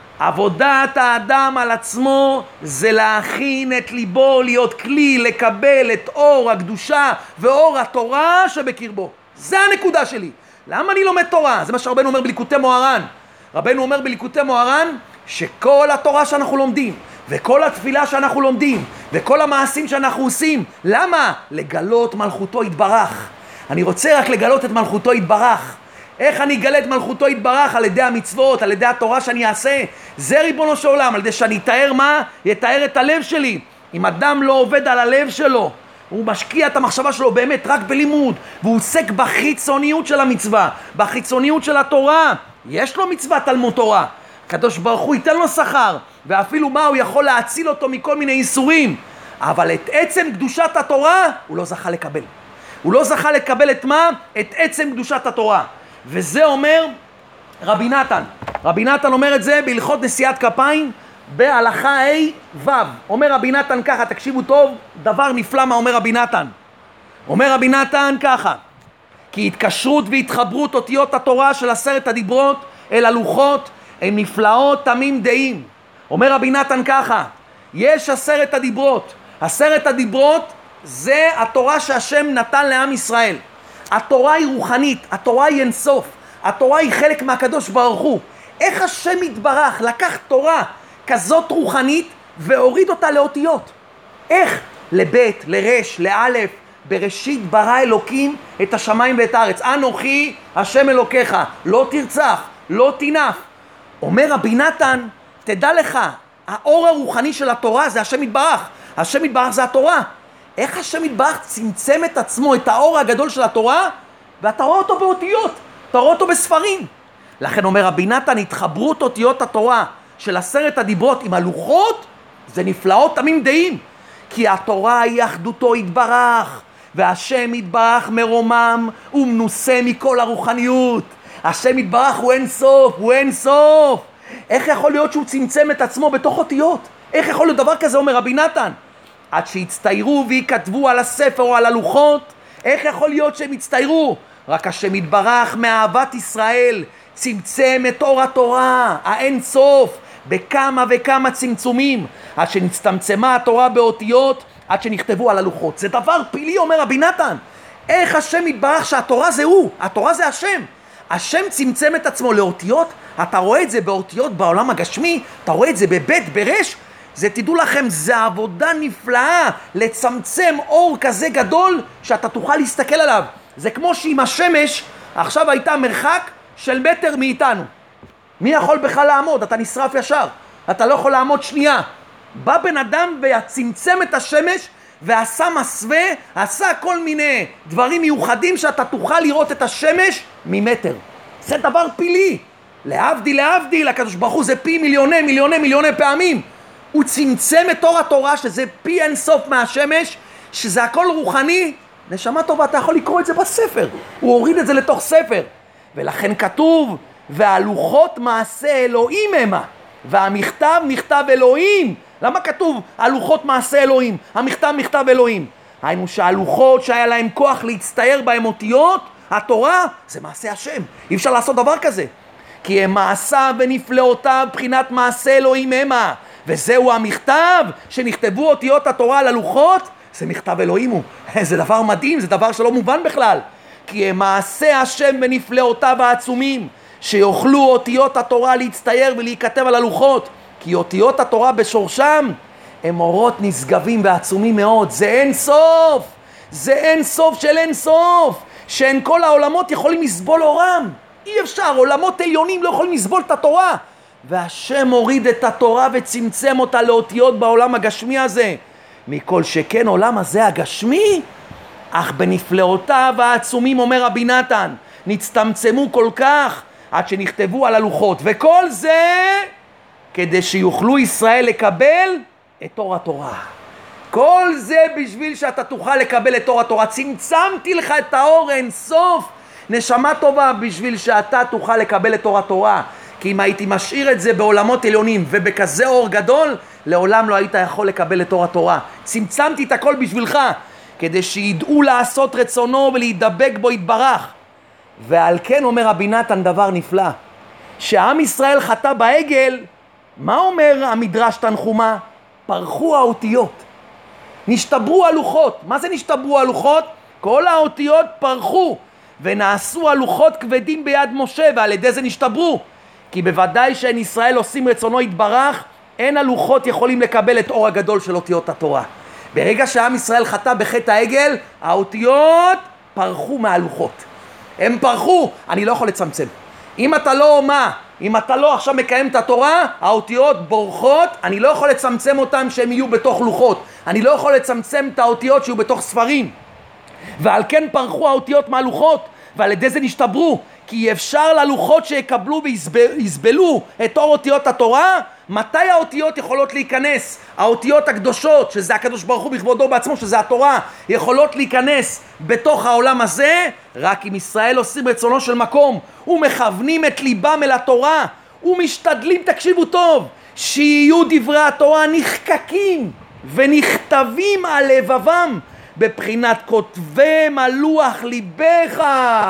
עבודת האדם על עצמו זה להכין את ליבו להיות כלי לקבל את אור הקדושה ואור התורה שבקרבו. זה הנקודה שלי. למה אני לומד תורה? זה מה שרבנו אומר בליקוטי מוהר"ן. רבנו אומר בליקוטי מוהר"ן שכל התורה שאנחנו לומדים וכל התפילה שאנחנו לומדים וכל המעשים שאנחנו עושים, למה? לגלות מלכותו יתברך. אני רוצה רק לגלות את מלכותו יתברך. איך אני אגלה את מלכותו יתברך? על ידי המצוות, על ידי התורה שאני אעשה. זה ריבונו של עולם, על ידי שאני אתאר מה? יתאר את הלב שלי. אם אדם לא עובד על הלב שלו, הוא משקיע את המחשבה שלו באמת רק בלימוד, והוא עוסק בחיצוניות של המצווה, בחיצוניות של התורה, יש לו מצווה תלמוד תורה, הקדוש ברוך הוא ייתן לו שכר, ואפילו מה, הוא יכול להציל אותו מכל מיני איסורים, אבל את עצם קדושת התורה הוא לא זכה לקבל. הוא לא זכה לקבל את מה? את עצם קדושת התורה. וזה אומר רבי נתן. רבי נתן אומר את זה בהלכות נשיאת כפיים בהלכה ה' ו'. אומר רבי נתן ככה, תקשיבו טוב, דבר נפלא מה אומר רבי נתן. אומר רבי נתן ככה, כי התקשרות והתחברות אותיות התורה של עשרת הדיברות אל הלוחות הם נפלאות תמים דעים. אומר רבי נתן ככה, יש עשרת הדיברות. עשרת הדיברות זה התורה שהשם נתן לעם ישראל. התורה היא רוחנית, התורה היא אינסוף, התורה היא חלק מהקדוש ברוך הוא. איך השם יתברך לקח תורה כזאת רוחנית והוריד אותה לאותיות? איך? לבית, לרש, לאלף. בראשית ברא אלוקים את השמיים ואת הארץ. אנוכי השם אלוקיך, לא תרצח, לא תינף. אומר רבי נתן, תדע לך, האור הרוחני של התורה זה השם יתברך. השם יתברך זה התורה. איך השם יתברך צמצם את עצמו, את האור הגדול של התורה, ואתה רואה אותו באותיות, אתה רואה אותו בספרים. לכן אומר רבי נתן, התחברות אותיות התורה של עשרת הדיברות עם הלוחות, זה נפלאות תמים דעים. כי התורה היא אחדותו יתברך, והשם יתברך מרומם ומנוסה מכל הרוחניות. השם יתברך הוא אין סוף, הוא אין סוף. איך יכול להיות שהוא צמצם את עצמו בתוך אותיות? איך יכול להיות דבר כזה, אומר רבי נתן? עד שיצטיירו ויקטבו על הספר או על הלוחות, איך יכול להיות שהם יצטיירו? רק השם יתברך מאהבת ישראל צמצם את אור התורה, האין סוף, בכמה וכמה צמצומים, עד שנצטמצמה התורה באותיות, עד שנכתבו על הלוחות. זה דבר פילי, אומר רבי נתן. איך השם יתברך שהתורה זה הוא, התורה זה השם. השם צמצם את עצמו לאותיות, אתה רואה את זה באותיות בעולם הגשמי, אתה רואה את זה בבית, ברש, זה תדעו לכם, זה עבודה נפלאה לצמצם אור כזה גדול שאתה תוכל להסתכל עליו. זה כמו שאם השמש עכשיו הייתה מרחק של מטר מאיתנו. מי יכול בכלל לעמוד? אתה נשרף ישר, אתה לא יכול לעמוד שנייה. בא בן אדם וצמצם את השמש ועשה מסווה, עשה כל מיני דברים מיוחדים שאתה תוכל לראות את השמש ממטר. זה דבר פילי. להבדיל, להבדיל, הקדוש ברוך הוא זה פי מיליוני מיליוני מיליוני פעמים. הוא צמצם את אור התורה שזה פי אין סוף מהשמש, שזה הכל רוחני. נשמה טובה, אתה יכול לקרוא את זה בספר. הוא הוריד את זה לתוך ספר. ולכן כתוב, והלוחות מעשה אלוהים המה, והמכתב מכתב אלוהים. למה כתוב הלוחות מעשה אלוהים, המכתב מכתב אלוהים? היינו שהלוחות שהיה להם כוח להצטייר בהם אותיות, התורה זה מעשה השם. אי אפשר לעשות דבר כזה. כי הם מעשיו ונפלאותיו בחינת מעשה אלוהים המה. וזהו המכתב שנכתבו אותיות התורה על הלוחות, זה מכתב אלוהים הוא. זה דבר מדהים, זה דבר שלא מובן בכלל. כי הם מעשה השם ונפלאותיו העצומים, שיוכלו אותיות התורה להצטייר ולהיכתב על הלוחות. כי אותיות התורה בשורשם הם אורות נשגבים ועצומים מאוד. זה אין סוף, זה אין סוף של אין סוף, שאין כל העולמות יכולים לסבול אורם. אי אפשר, עולמות עליונים לא יכולים לסבול את התורה. והשם הוריד את התורה וצמצם אותה לאותיות בעולם הגשמי הזה. מכל שכן עולם הזה הגשמי, אך בנפלאותיו העצומים, אומר רבי נתן, נצטמצמו כל כך עד שנכתבו על הלוחות. וכל זה כדי שיוכלו ישראל לקבל את אור התורה. כל זה בשביל שאתה תוכל לקבל את אור התורה. צמצמתי לך את האור אין סוף, נשמה טובה, בשביל שאתה תוכל לקבל את אור התורה. כי אם הייתי משאיר את זה בעולמות עליונים ובכזה אור גדול, לעולם לא היית יכול לקבל את אור התורה. צמצמתי את הכל בשבילך, כדי שידעו לעשות רצונו ולהידבק בו יתברך. ועל כן אומר רבי נתן דבר נפלא, שעם ישראל חטא בעגל. מה אומר המדרש תנחומה? פרחו האותיות, נשתברו הלוחות. מה זה נשתברו הלוחות? כל האותיות פרחו ונעשו הלוחות כבדים ביד משה, ועל ידי זה נשתברו. כי בוודאי שאין ישראל עושים רצונו יתברך, אין הלוחות יכולים לקבל את אור הגדול של אותיות התורה. ברגע שעם ישראל חטא בחטא העגל, האותיות פרחו מהלוחות. הם פרחו, אני לא יכול לצמצם. אם אתה לא מה, אם אתה לא עכשיו מקיים את התורה, האותיות בורחות, אני לא יכול לצמצם אותם שהם יהיו בתוך לוחות. אני לא יכול לצמצם את האותיות שיהיו בתוך ספרים. ועל כן פרחו האותיות מהלוחות, ועל ידי זה נשתברו. כי אפשר ללוחות שיקבלו ויסבלו את אור אותיות התורה. מתי האותיות יכולות להיכנס? האותיות הקדושות, שזה הקדוש ברוך הוא בכבודו בעצמו, שזה התורה, יכולות להיכנס בתוך העולם הזה רק אם ישראל עושים רצונו של מקום ומכוונים את ליבם אל התורה ומשתדלים, תקשיבו טוב, שיהיו דברי התורה נחקקים ונכתבים על לבבם בבחינת כותבם על לוח ליבך.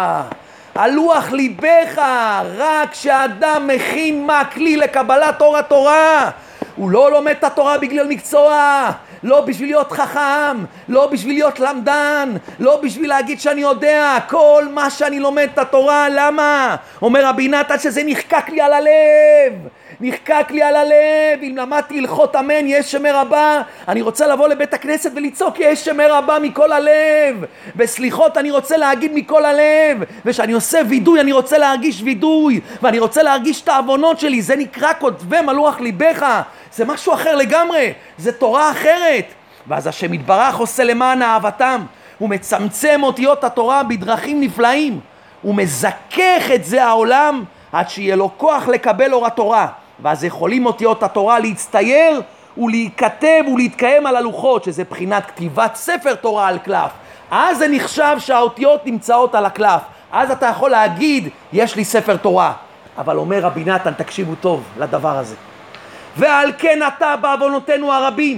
על לוח ליבך, רק כשאדם מכין מקלי לקבלת אור התורה. הוא לא לומד את התורה בגלל מקצוע, לא בשביל להיות חכם, לא בשביל להיות למדן, לא בשביל להגיד שאני יודע. כל מה שאני לומד את התורה, למה? אומר רבי נתן שזה נחקק לי על הלב, נחקק לי על הלב. אם למדתי הלכות אמן, יש שמר הבא, אני רוצה לבוא לבית הכנסת ולצעוק יש שמר הבא מכל הלב. בסליחות אני רוצה להגיד מכל הלב, ושאני עושה וידוי אני רוצה להרגיש וידוי, ואני רוצה להרגיש את העוונות שלי. זה נקרא כותבם על לוח ליבך. זה משהו אחר לגמרי, זה תורה אחרת. ואז השם יתברך עושה למען אהבתם, הוא מצמצם אותיות התורה בדרכים נפלאים, הוא מזכך את זה העולם עד שיהיה לו כוח לקבל אור התורה. ואז יכולים אותיות התורה להצטייר ולהיכתב ולהתקיים על הלוחות, שזה בחינת כתיבת ספר תורה על קלף. אז זה נחשב שהאותיות נמצאות על הקלף, אז אתה יכול להגיד יש לי ספר תורה. אבל אומר רבי נתן, תקשיבו טוב לדבר הזה, ועל כן אתה בעוונותינו הרבים,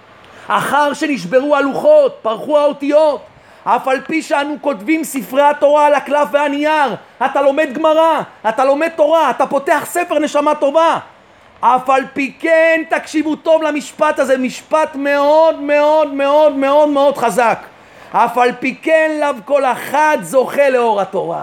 אחר שנשברו הלוחות פרחו האותיות, אף על פי שאנו כותבים ספרי התורה על הקלף והנייר. אתה לומד גמרא, אתה לומד תורה, אתה פותח ספר נשמה טובה, אף על פי כן, תקשיבו טוב למשפט הזה, משפט מאוד מאוד מאוד מאוד מאוד חזק, אף על פי כן לאו כל אחד זוכה לאור התורה.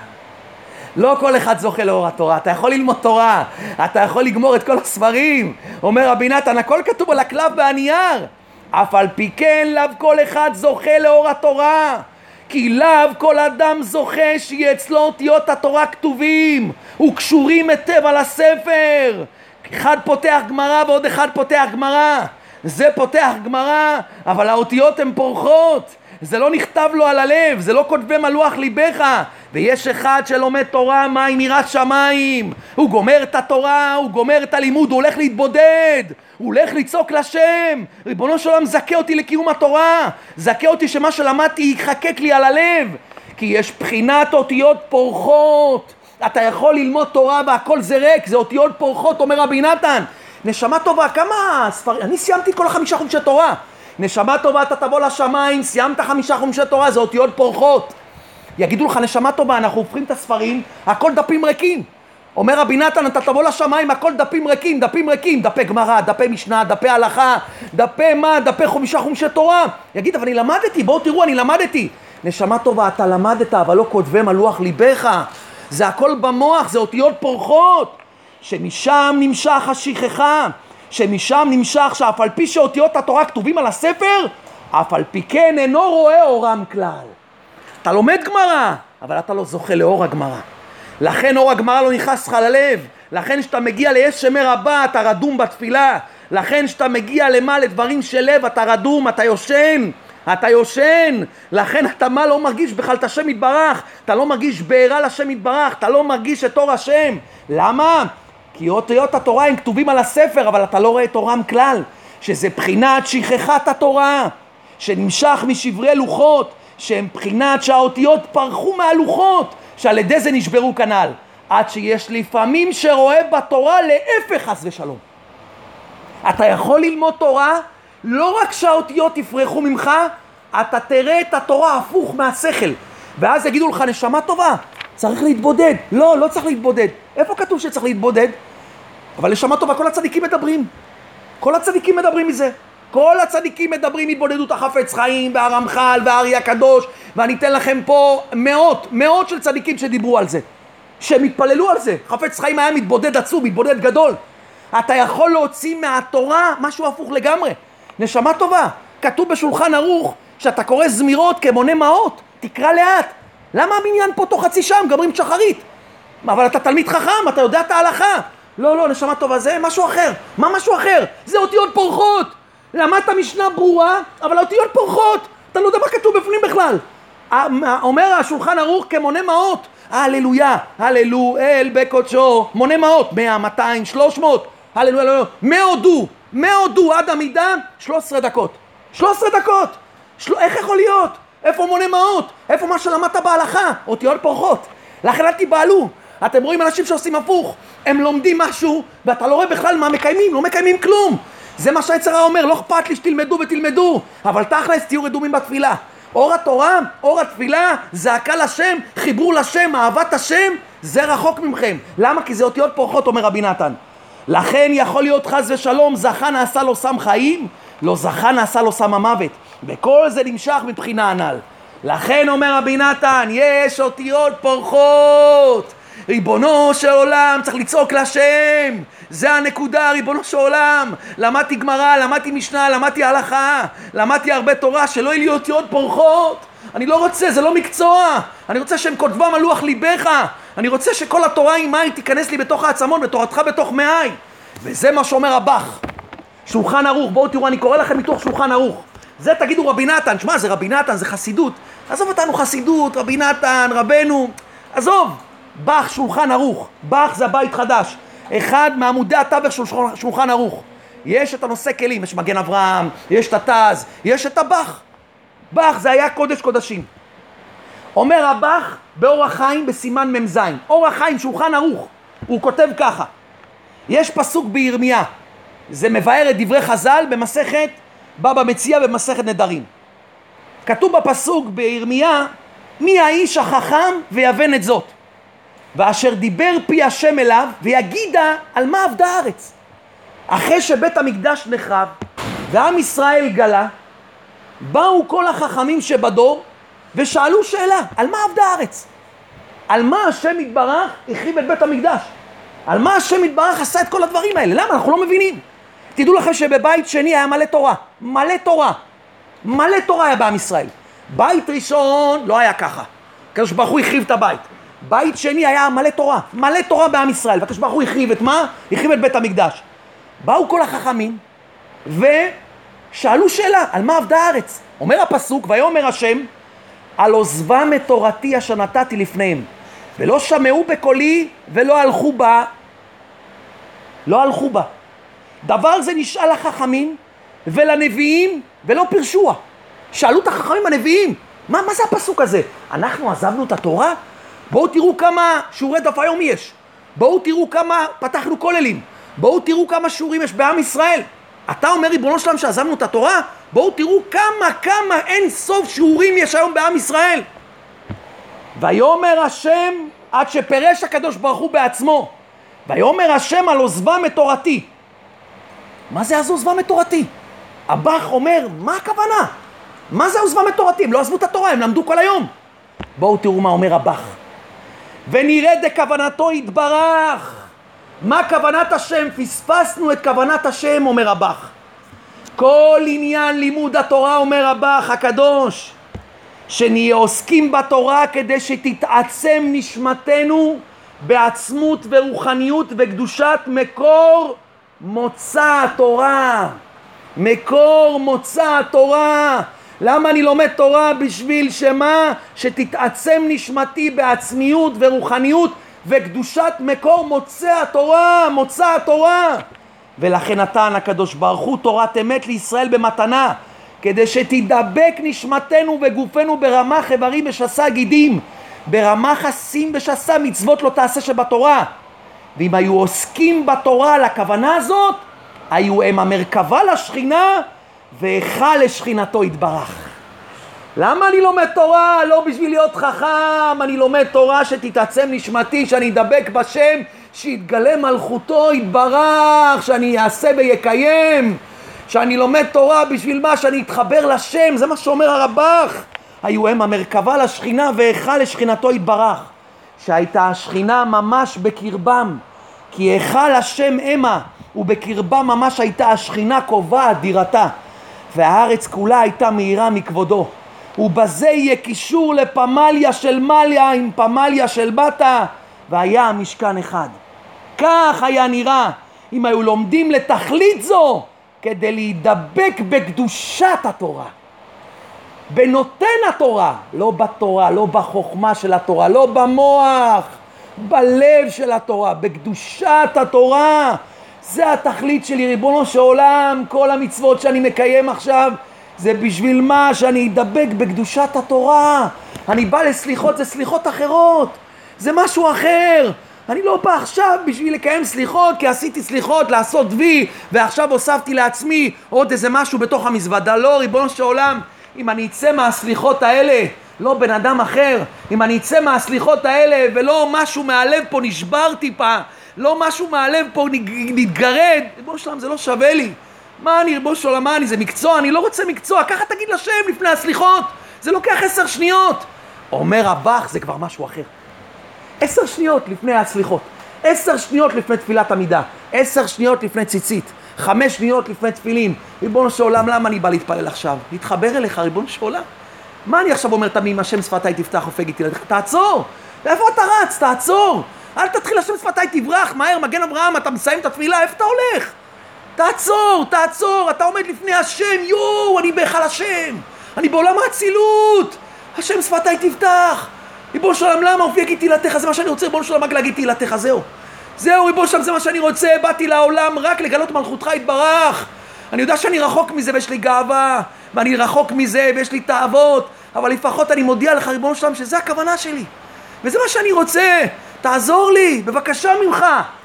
לא כל אחד זוכה לאור התורה. אתה יכול ללמוד תורה, אתה יכול לגמור את כל הספרים, אומר רבי נתן, הכל כתוב על הקלף והנייר, אף על פי כן לאו כל אחד זוכה לאור התורה, כי לאו כל אדם זוכה שיהיה אצלו אותיות התורה כתובים וקשורים היטב על הספר. אחד פותח גמרא ועוד אחד פותח גמרא, זה פותח גמרא אבל האותיות הן פורחות, זה לא נכתב לו על הלב, זה לא כותבם על לוח ליבך. ויש אחד שלומד תורה, מה עם יראת שמיים? הוא גומר את התורה, הוא גומר את הלימוד, הוא הולך להתבודד, הוא הולך לצעוק לשם, ריבונו של עולם זכה אותי לקיום התורה, זכה אותי שמה שלמדתי יחקק לי על הלב. כי יש בחינת אותיות פורחות. אתה יכול ללמוד תורה והכל זה ריק, זה אותיות פורחות, אומר רבי נתן. נשמה טובה, כמה ספרים? אני סיימתי את כל החמישה חומשי תורה. נשמה טובה, אתה תבוא לשמיים, סיימת חמישה חומשי תורה, זה אותיות פורחות. יגידו לך, נשמה טובה, אנחנו הופכים את הספרים, הכל דפים ריקים. אומר רבי נתן, אתה תבוא לשמיים, הכל דפים ריקים, דפים ריקים, דפי גמרא, דפי משנה, דפי הלכה, דפי מה, דפי חמישה חומשי תורה. יגיד, אבל אני למדתי, בואו תראו, אני למדתי. נשמה טובה, אתה למדת, אבל לא כותבם על לוח ליבך. זה הכל במוח, זה אותיות פורחות. שמשם נמשך השכחה, שמשם נמשך שאף על פי שאותיות התורה כתובים על הספר, אף על פי כן אינו רואה אורם כלל. אתה לומד גמרא, אבל אתה לא זוכה לאור הגמרא. לכן אור הגמרא לא נכנס לך ללב. לכן שאתה מגיע ליש שמי רבה, אתה רדום בתפילה. לכן שאתה מגיע למה, לדברים של לב, אתה רדום, אתה יושן. אתה יושן. לכן אתה מה לא מרגיש בכלל את השם יתברך. אתה לא מרגיש בעירה לשם יתברך. אתה לא מרגיש את אור השם. למה? כי אותיות התורה הם כתובים על הספר, אבל אתה לא רואה את אורם כלל. שזה בחינת שכחת התורה. שנמשך משברי לוחות. שהם בחינת שהאותיות פרחו מהלוחות. שעל ידי זה נשברו כנל, עד שיש לפעמים שרואה בתורה להפך חס ושלום. אתה יכול ללמוד תורה, לא רק שהאותיות יפרחו ממך, אתה תראה את התורה הפוך מהשכל, ואז יגידו לך נשמה טובה, צריך להתבודד. לא, לא צריך להתבודד. איפה כתוב שצריך להתבודד? אבל נשמה טובה, כל הצדיקים מדברים. כל הצדיקים מדברים מזה. כל הצדיקים מדברים התבודדות החפץ חיים והרמח"ל והארי הקדוש, ואני אתן לכם פה מאות, מאות של צדיקים שדיברו על זה, שהם התפללו על זה. חפץ חיים היה מתבודד עצום, מתבודד גדול. אתה יכול להוציא מהתורה משהו הפוך לגמרי. נשמה טובה, כתוב בשולחן ערוך שאתה קורא זמירות כמונה מעות, תקרא לאט. למה המניין פה תוך חצי שעה גמרים שחרית? אבל אתה תלמיד חכם, אתה יודע את ההלכה. לא, לא, נשמה טובה, זה משהו אחר. מה משהו אחר? זה אותיות פורחות. למדת משנה ברורה, אבל האותיות פורחות. אתה לא יודע מה כתוב בפנים בכלל. אומר השולחן ערוך כמונה מעות. הללויה, הללו אל בקודשו. מונה מעות, מאה, מאתיים, שלוש מאות. הללויה, הללויה. מהודו, מהודו עד המידה, שלוש עשרה דקות. שלוש עשרה דקות. של... איך יכול להיות? איפה מונה מעות? איפה מה שלמדת בהלכה? אותיות פורחות. לכן אל תיבהלו. אתם רואים אנשים שעושים הפוך. הם לומדים משהו, ואתה לא רואה בכלל מה מקיימים, לא מקיימים כלום. זה מה שהיצר הרע אומר, לא אכפת לי שתלמדו ותלמדו, אבל תכלס תהיו רדומים בתפילה. אור התורה, אור התפילה, זעקה לשם, חיבור לשם, אהבת השם, זה רחוק ממכם. למה? כי זה אותיות פורחות, אומר רבי נתן. לכן יכול להיות חס ושלום, זכה נעשה לו סם חיים, לא זכה נעשה לו סם המוות. וכל זה נמשך מבחינה הנ"ל. לכן אומר רבי נתן, יש אותיות פורחות. ריבונו של עולם, צריך לצעוק לשם. זה הנקודה, ריבונו של עולם. למדתי גמרא, למדתי משנה, למדתי הלכה, למדתי הרבה תורה, שלא יהיו לי אותיות פורחות. אני לא רוצה, זה לא מקצוע. אני רוצה שהם כותבם על לוח ליבך. אני רוצה שכל התורה עם מים תיכנס לי בתוך העצמון, בתורתך בתוך מעי. וזה מה שאומר הבח. שולחן ערוך, בואו תראו, אני קורא לכם מתוך שולחן ערוך. זה תגידו רבי נתן, שמה זה רבי נתן, זה חסידות. עזוב אותנו חסידות, רבי נתן, רבנו. עזוב. בח שולחן ערוך, בח זה הבית חדש, אחד מעמודי התווך של שולחן ערוך. יש את הנושא כלים, יש מגן אברהם, יש את התז, יש את הבח. בח זה היה קודש קודשים. אומר הבח באור החיים בסימן ממזין, אור החיים שולחן ערוך, הוא כותב ככה. יש פסוק בירמיה, זה מבאר את דברי חז"ל במסכת בבא מציעא במסכת נדרים. כתוב בפסוק בירמיה, מי האיש החכם ויבן את זאת, ואשר דיבר פי השם אליו ויגידה על מה עבדה הארץ. אחרי שבית המקדש נחרב ועם ישראל גלה, באו כל החכמים שבדור ושאלו שאלה, על מה עבדה הארץ? על מה השם יתברך החריב את בית המקדש? על מה השם יתברך עשה את כל הדברים האלה? למה? אנחנו לא מבינים. תדעו לכם שבבית שני היה מלא תורה, מלא תורה, מלא תורה היה בעם ישראל. בית ראשון לא היה ככה, הקדוש ברוך הוא החריב את הבית. בית שני היה מלא תורה, מלא תורה בעם ישראל, והקדוש ברוך הוא החריב את מה? החריב את בית המקדש. באו כל החכמים ושאלו שאלה, על מה עבדה הארץ? אומר הפסוק, ויאמר השם, על עוזבם את תורתי אשר נתתי לפניהם, ולא שמעו בקולי ולא הלכו בה. לא הלכו בה. דבר זה נשאל החכמים ולנביאים ולא פרשוה. שאלו את החכמים הנביאים, מה, מה זה הפסוק הזה? אנחנו עזבנו את התורה? בואו תראו כמה שיעורי דף היום יש. בואו תראו כמה פתחנו כוללים. בואו תראו כמה שיעורים יש בעם ישראל. אתה אומר ריבונו שלם שעזבנו את התורה? בואו תראו כמה כמה אין סוף שיעורים יש היום בעם ישראל. ויאמר השם עד שפרש הקדוש ברוך הוא בעצמו, ויאמר השם על עוזבם את תורתי. מה זה אז עוזבם את תורתי? הבח אומר, מה הכוונה? מה זה עוזבם את תורתי? הם לא עזבו את התורה, הם למדו כל היום. בואו תראו מה אומר הבח. ונראה דכוונתו יתברך. מה כוונת השם? פספסנו את כוונת השם, אומר הבח. כל עניין לימוד התורה, אומר הבח הקדוש, שנהיה עוסקים בתורה כדי שתתעצם נשמתנו בעצמות ורוחניות וקדושת מקור מוצא התורה. מקור מוצא התורה. למה אני לומד תורה? בשביל שמה? שתתעצם נשמתי בעצמיות ורוחניות וקדושת מקור מוצא התורה, מוצא התורה. ולכן נתן הקדוש ברוך הוא תורת אמת לישראל במתנה, כדי שתדבק נשמתנו וגופנו ברמ"ח איברים ושס"ה גידים, ברמ"ח חסים ושס"ה מצוות לא תעשה שבתורה. ואם היו עוסקים בתורה לכוונה הזאת, היו הם המרכבה לשכינה והיכל לשכינתו יתברך. למה אני לומד תורה? לא בשביל להיות חכם, אני לומד תורה שתתעצם נשמתי, שאני אדבק בשם, שיתגלה מלכותו יתברך, שאני אעשה ויקיים, שאני לומד תורה בשביל מה? שאני אתחבר לשם. זה מה שאומר הרב"ח. היו הם המרכבה לשכינה והיכל לשכינתו יתברך, שהייתה השכינה ממש בקרבם, כי היכל השם המה, ובקרבם ממש הייתה השכינה קובעת דירתה, והארץ כולה הייתה מהירה מכבודו. ובזה יהיה קישור לפמליה של מליה עם פמליה של בתה, והיה המשכן אחד. כך היה נראה אם היו לומדים לתכלית זו, כדי להידבק בקדושת התורה, בנותן התורה, לא בתורה, לא בחוכמה של התורה, לא במוח, בלב של התורה, בקדושת התורה. זה התכלית שלי, ריבונו של עולם. כל המצוות שאני מקיים עכשיו זה בשביל מה? שאני אדבק בקדושת התורה. אני בא לסליחות, זה סליחות אחרות, זה משהו אחר. אני לא בא עכשיו בשביל לקיים סליחות כי עשיתי סליחות לעשות וי ועכשיו הוספתי לעצמי עוד איזה משהו בתוך המזוודה. לא, ריבונו של עולם, אם אני אצא מהסליחות האלה, לא בן אדם אחר, אם אני אצא מהסליחות האלה ולא משהו מהלב פה נשברתי פה, לא משהו מהלב פה נתגרד, ריבונו של עולם, זה לא שווה לי. מה אני, ריבונו של עולם, מה אני, זה מקצוע? אני לא רוצה מקצוע. ככה תגיד לשם לפני הסליחות, זה לוקח עשר שניות. אומר הבח, זה כבר משהו אחר. עשר שניות לפני הסליחות, עשר שניות לפני תפילת עמידה, עשר שניות לפני ציצית, חמש שניות לפני תפילין. ריבונו של עולם, למה אני בא להתפלל עכשיו? להתחבר אליך, ריבונו של עולם. מה אני עכשיו אומר תמים, השם שפתיי תפתח ופג איתי לדרך? תעצור. לאיפה אתה רץ? תעצור. אל תתחיל השם שפתיי תברח, מהר, מגן אברהם, אתה מסיים את התפילה, איפה אתה הולך? תעצור, תעצור, אתה עומד לפני השם, יו, אני בהיכל השם, אני בעולם האצילות, השם שפתיי תפתח. ריבונו של עולם, למה הופיע איתי תהילתך? זה מה שאני רוצה, ריבונו של עולם, רק להגיד תהילתך, זהו. זהו, ריבונו של עולם, זה מה שאני רוצה, באתי לעולם רק לגלות מלכותך יתברך. אני יודע שאני רחוק מזה ויש לי גאווה, ואני רחוק מזה ויש לי תאוות, אבל לפחות אני מודיע לך, ריבונו של עולם, שזה הכוונה שלי, וזה מה שאני רוצה. תעזור לי, בבקשה ממך.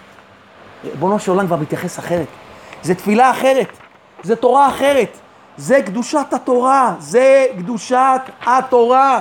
ריבונו של עולם כבר מתייחס אחרת. זה תפילה אחרת, זה תורה אחרת, זה קדושת התורה, זה קדושת התורה.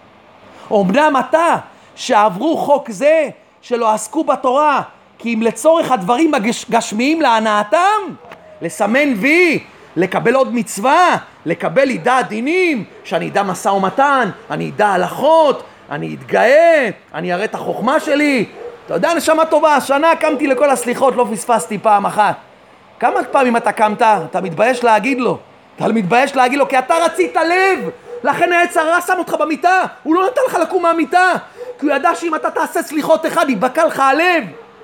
אומנם אתה שעברו חוק זה שלא עסקו בתורה, כי אם לצורך הדברים הגשמיים להנאתם, לסמן וי, לקבל עוד מצווה, לקבל ידע דינים, שאני ידע מסע ומתן, אני ידע הלכות, אני אתגאה, אני אראה את החוכמה שלי. אתה יודע, נשמה טובה, השנה קמתי לכל הסליחות, לא פספסתי פעם אחת. כמה פעמים אתה קמת? אתה מתבייש להגיד לו. אתה מתבייש להגיד לו, כי אתה רצית לב. לכן העץ הרע שם אותך במיטה. הוא לא נתן לך לקום מהמיטה, כי הוא ידע שאם אתה תעשה סליחות אחד, יבקע לך הלב.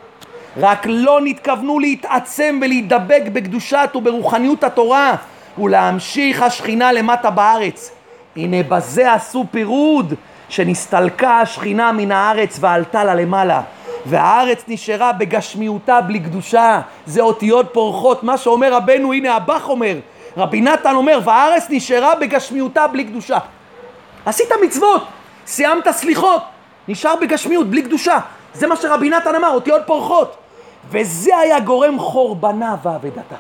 רק לא נתכוונו להתעצם ולהידבק בקדושת וברוחניות התורה, ולהמשיך השכינה למטה בארץ. הנה בזה עשו פירוד, שנסתלקה השכינה מן הארץ ועלתה לה למעלה, והארץ נשארה בגשמיותה בלי קדושה. זה אותיות פורחות, מה שאומר רבנו. הנה הבח אומר, רבי נתן אומר, והארץ נשארה בגשמיותה בלי קדושה. עשית מצוות, סיימת סליחות, נשאר בגשמיות בלי קדושה. זה מה שרבי נתן אמר, אותיות פורחות. וזה היה גורם חורבנה ועבדתה.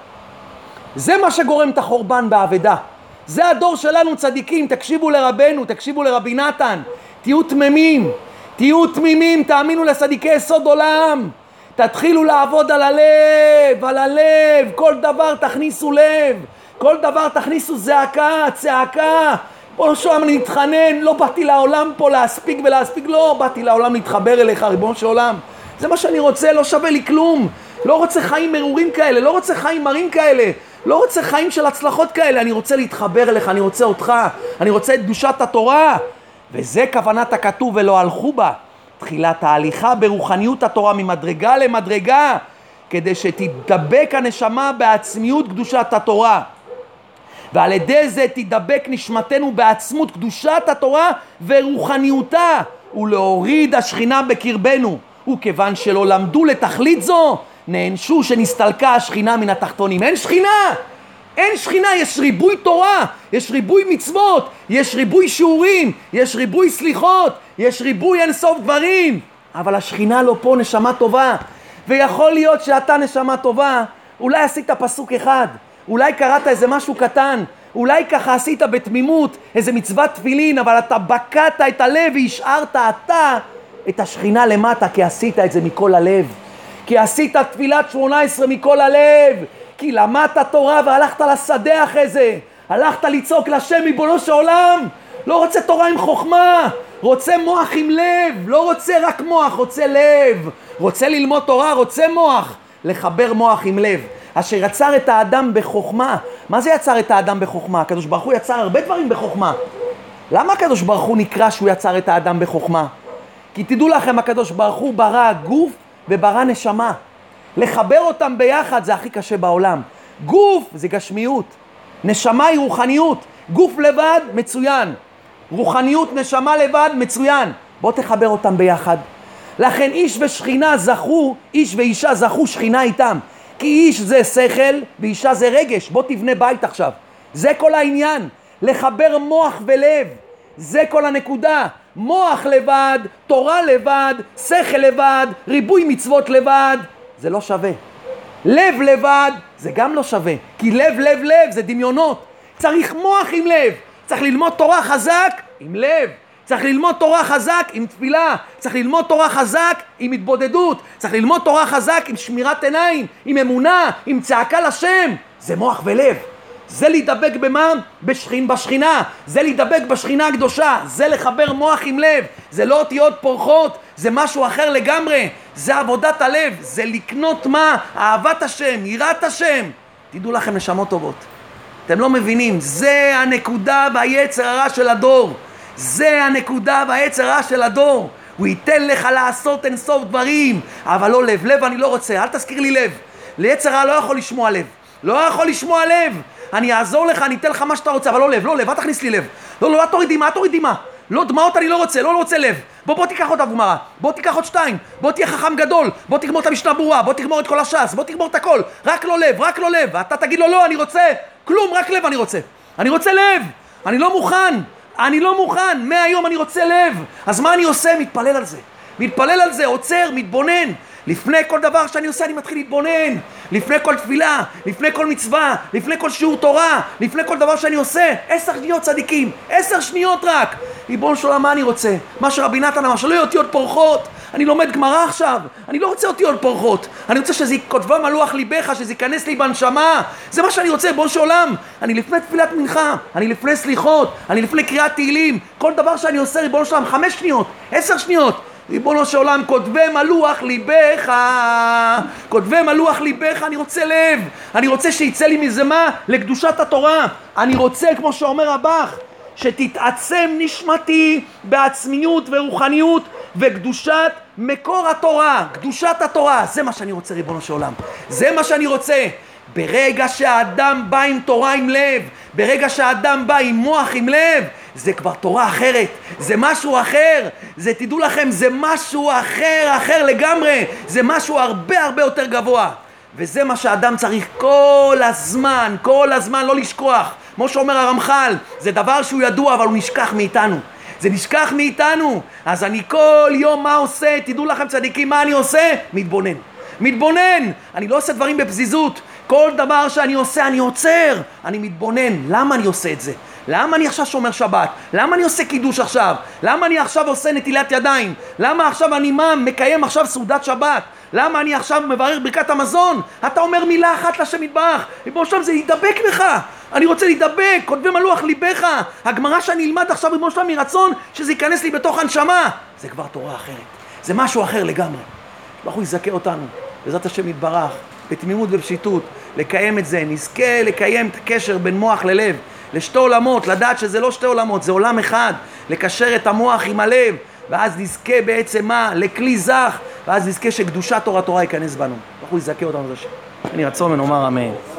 זה מה שגורם את החורבן בעבדה. זה הדור שלנו צדיקים. תקשיבו לרבנו, תקשיבו לרבי נתן, תהיו תמימים, תהיו תמימים, תאמינו לצדיקי יסוד עולם, תתחילו לעבוד על הלב, על הלב, כל דבר תכניסו לב, כל דבר תכניסו זעקה, צעקה. ריבונו של עולם, אני מתחנן, לא באתי לעולם פה להספיק ולהספיק, לא, באתי לעולם להתחבר אליך, ריבונו של עולם. זה מה שאני רוצה, לא שווה לי כלום. לא רוצה חיים מרורים כאלה, לא רוצה חיים מרים כאלה, לא רוצה חיים של הצלחות כאלה, אני רוצה להתחבר אליך, אני רוצה אותך, אני רוצה את קדושת התורה. וזה כוונת הכתוב ולא הלכו בה. תחילת ההליכה ברוחניות התורה ממדרגה למדרגה, כדי שתדבק הנשמה בעצמיות קדושת התורה. ועל ידי זה תדבק נשמתנו בעצמות קדושת התורה ורוחניותה, ולהוריד השכינה בקרבנו. וכיוון שלא למדו לתכלית זו, נענשו שנסתלקה השכינה מן התחתונים. אין שכינה! אין שכינה, יש ריבוי תורה, יש ריבוי מצוות, יש ריבוי שיעורים, יש ריבוי סליחות, יש ריבוי אין סוף דברים. אבל השכינה לא פה, נשמה טובה. ויכול להיות שאתה נשמה טובה, אולי עשית פסוק אחד, אולי קראת איזה משהו קטן, אולי ככה עשית בתמימות איזה מצוות תפילין, אבל אתה בקעת את הלב והשארת אתה את השכינה למטה, כי עשית את זה מכל הלב. כי עשית תפילת שמונה עשרה מכל הלב, כי למדת תורה והלכת לשדה אחרי זה, הלכת לצעוק לשם ריבונו של עולם. לא רוצה תורה עם חוכמה, רוצה מוח עם לב, לא רוצה רק מוח, רוצה לב. רוצה ללמוד תורה, רוצה מוח, לחבר מוח עם לב. אשר יצר את האדם בחוכמה. מה זה יצר את האדם בחוכמה? הקדוש ברוך הוא יצר הרבה דברים בחוכמה. למה הקדוש ברוך הוא נקרא שהוא יצר את האדם בחוכמה? כי תדעו לכם, הקדוש ברוך הוא ברא גוף וברא נשמה. לחבר אותם ביחד זה הכי קשה בעולם. גוף זה גשמיות, נשמה היא רוחניות. גוף לבד מצוין, רוחניות נשמה לבד מצוין. בוא תחבר אותם ביחד. לכן איש ושכינה זכו, איש ואישה זכו שכינה איתם. כי איש זה שכל ואישה זה רגש. בוא תבנה בית עכשיו. זה כל העניין, לחבר מוח ולב. זה כל הנקודה. מוח לבד, תורה לבד, שכל לבד, ריבוי מצוות לבד, זה לא שווה. לב לבד זה גם לא שווה, כי לב לב לב זה דמיונות. צריך מוח עם לב. צריך ללמוד תורה חזק עם לב. צריך ללמוד תורה חזק עם תפילה. צריך ללמוד תורה חזק עם התבודדות. צריך ללמוד תורה חזק עם שמירת עיניים, עם אמונה, עם צעקה לשם. זה מוח ולב. זה להידבק במה? בשכין, בשכינה. זה להידבק בשכינה הקדושה. זה לחבר מוח עם לב. זה לא אותיות פורחות, זה משהו אחר לגמרי. זה עבודת הלב. זה לקנות מה? אהבת השם, יראת השם. תדעו לכם, נשמות טובות, אתם לא מבינים, זה הנקודה ביצר הרע של הדור. זה הנקודה ביצר הרע של הדור. הוא ייתן לך לעשות אין סוף דברים, אבל לא לב. לב אני לא רוצה, אל תזכיר לי לב. ליצר הרע לא יכול לשמוע לב. לא יכול לשמוע לב. אני אעזור לך, אני אתן לך מה שאתה רוצה, אבל לא לב, לא לב, אל תכניס לי לב. לא, לא, לא תוריד דמעה, תוריד דמעה. לא, דמעות אני לא רוצה, לא, לא רוצה לב. בוא, בוא תיקח עוד אבומרה, בוא תיקח עוד שתיים, בוא תהיה חכם גדול, בוא תגמור את המשנה ברורה, בוא תגמור את כל הש"ס, בוא תגמור את הכל. רק לא לב, רק לא לב. ואתה תגיד לו, לא, אני רוצה כלום, רק לב אני רוצה. אני רוצה לב, אני לא מוכן, אני לא מוכן, מהיום אני רוצה לב. אז מה אני עושה? מתפלל על זה. מתפלל על זה, עוצר, מתבונן. לפני כל דבר שאני עושה אני מתחיל להתבונן. לפני כל תפילה, לפני כל מצווה, לפני כל שיעור תורה, לפני כל דבר שאני עושה. עשר שניות צדיקים, עשר שניות רק. ריבונו של עולם, מה אני רוצה? מה שרבי נתן אמר, שלא יהיו אותיות פורחות. אני לומד גמרא עכשיו, אני לא רוצה אותיות פורחות. אני רוצה שזה כותבה מלוח ליבך, שזה ייכנס לי בנשמה. זה מה שאני רוצה, ריבונו של עולם. אני לפני תפילת מנחה, אני לפני סליחות, אני לפני קריאת תהילים. כל דבר שאני עושה, ריבונו של עולם, חמש שניות, עשר שניות. ריבונו של עולם, כותבי מלוח ליבך, כותבי מלוח ליבך, אני רוצה לב, אני רוצה שיצא לי מזה מה? לקדושת התורה. אני רוצה, כמו שאומר הבח, שתתעצם נשמתי בעצמיות ורוחניות וקדושת מקור התורה, קדושת התורה. זה מה שאני רוצה, ריבונו של עולם, זה מה שאני רוצה. ברגע שהאדם בא עם תורה עם לב, ברגע שהאדם בא עם מוח עם לב, זה כבר תורה אחרת, זה משהו אחר. זה, תדעו לכם, זה משהו אחר, אחר לגמרי. זה משהו הרבה הרבה יותר גבוה. וזה מה שהאדם צריך כל הזמן, כל הזמן לא לשכוח. כמו שאומר הרמח"ל, זה דבר שהוא ידוע אבל הוא נשכח מאיתנו. זה נשכח מאיתנו. אז אני כל יום מה עושה? תדעו לכם צדיקים, מה אני עושה? מתבונן. מתבונן. אני לא עושה דברים בפזיזות. כל דבר שאני עושה אני עוצר, אני מתבונן. למה אני עושה את זה? למה אני עכשיו שומר שבת? למה אני עושה קידוש עכשיו? למה אני עכשיו עושה נטילת ידיים? למה עכשיו אני מה? מקיים עכשיו סעודת שבת? למה אני עכשיו מברך ברכת המזון? אתה אומר מילה אחת לשם יתברך, ריבונו של עולם, זה ידבק בך. אני רוצה להידבק, כותבים על לוח ליבך. הגמרא שאני אלמד עכשיו ריבונו של עולם מרצון, שזה ייכנס לי בתוך הנשמה. זה כבר תורה אחרת, זה משהו אחר לגמרי. ברוך הוא יזכה אותנו, בעזרת השם יתברך, בתמימות ובפשיטות, לקיים את זה. נזכה לקיים את הקשר בין מוח ללב, לשתי עולמות, לדעת שזה לא שתי עולמות, זה עולם אחד, לקשר את המוח עם הלב, ואז נזכה בעצם מה? לכלי זך, ואז נזכה שקדושת תורה תורה ייכנס בנו. ברוך הוא יזכה אותנו. אני רצון ונאמר אמן.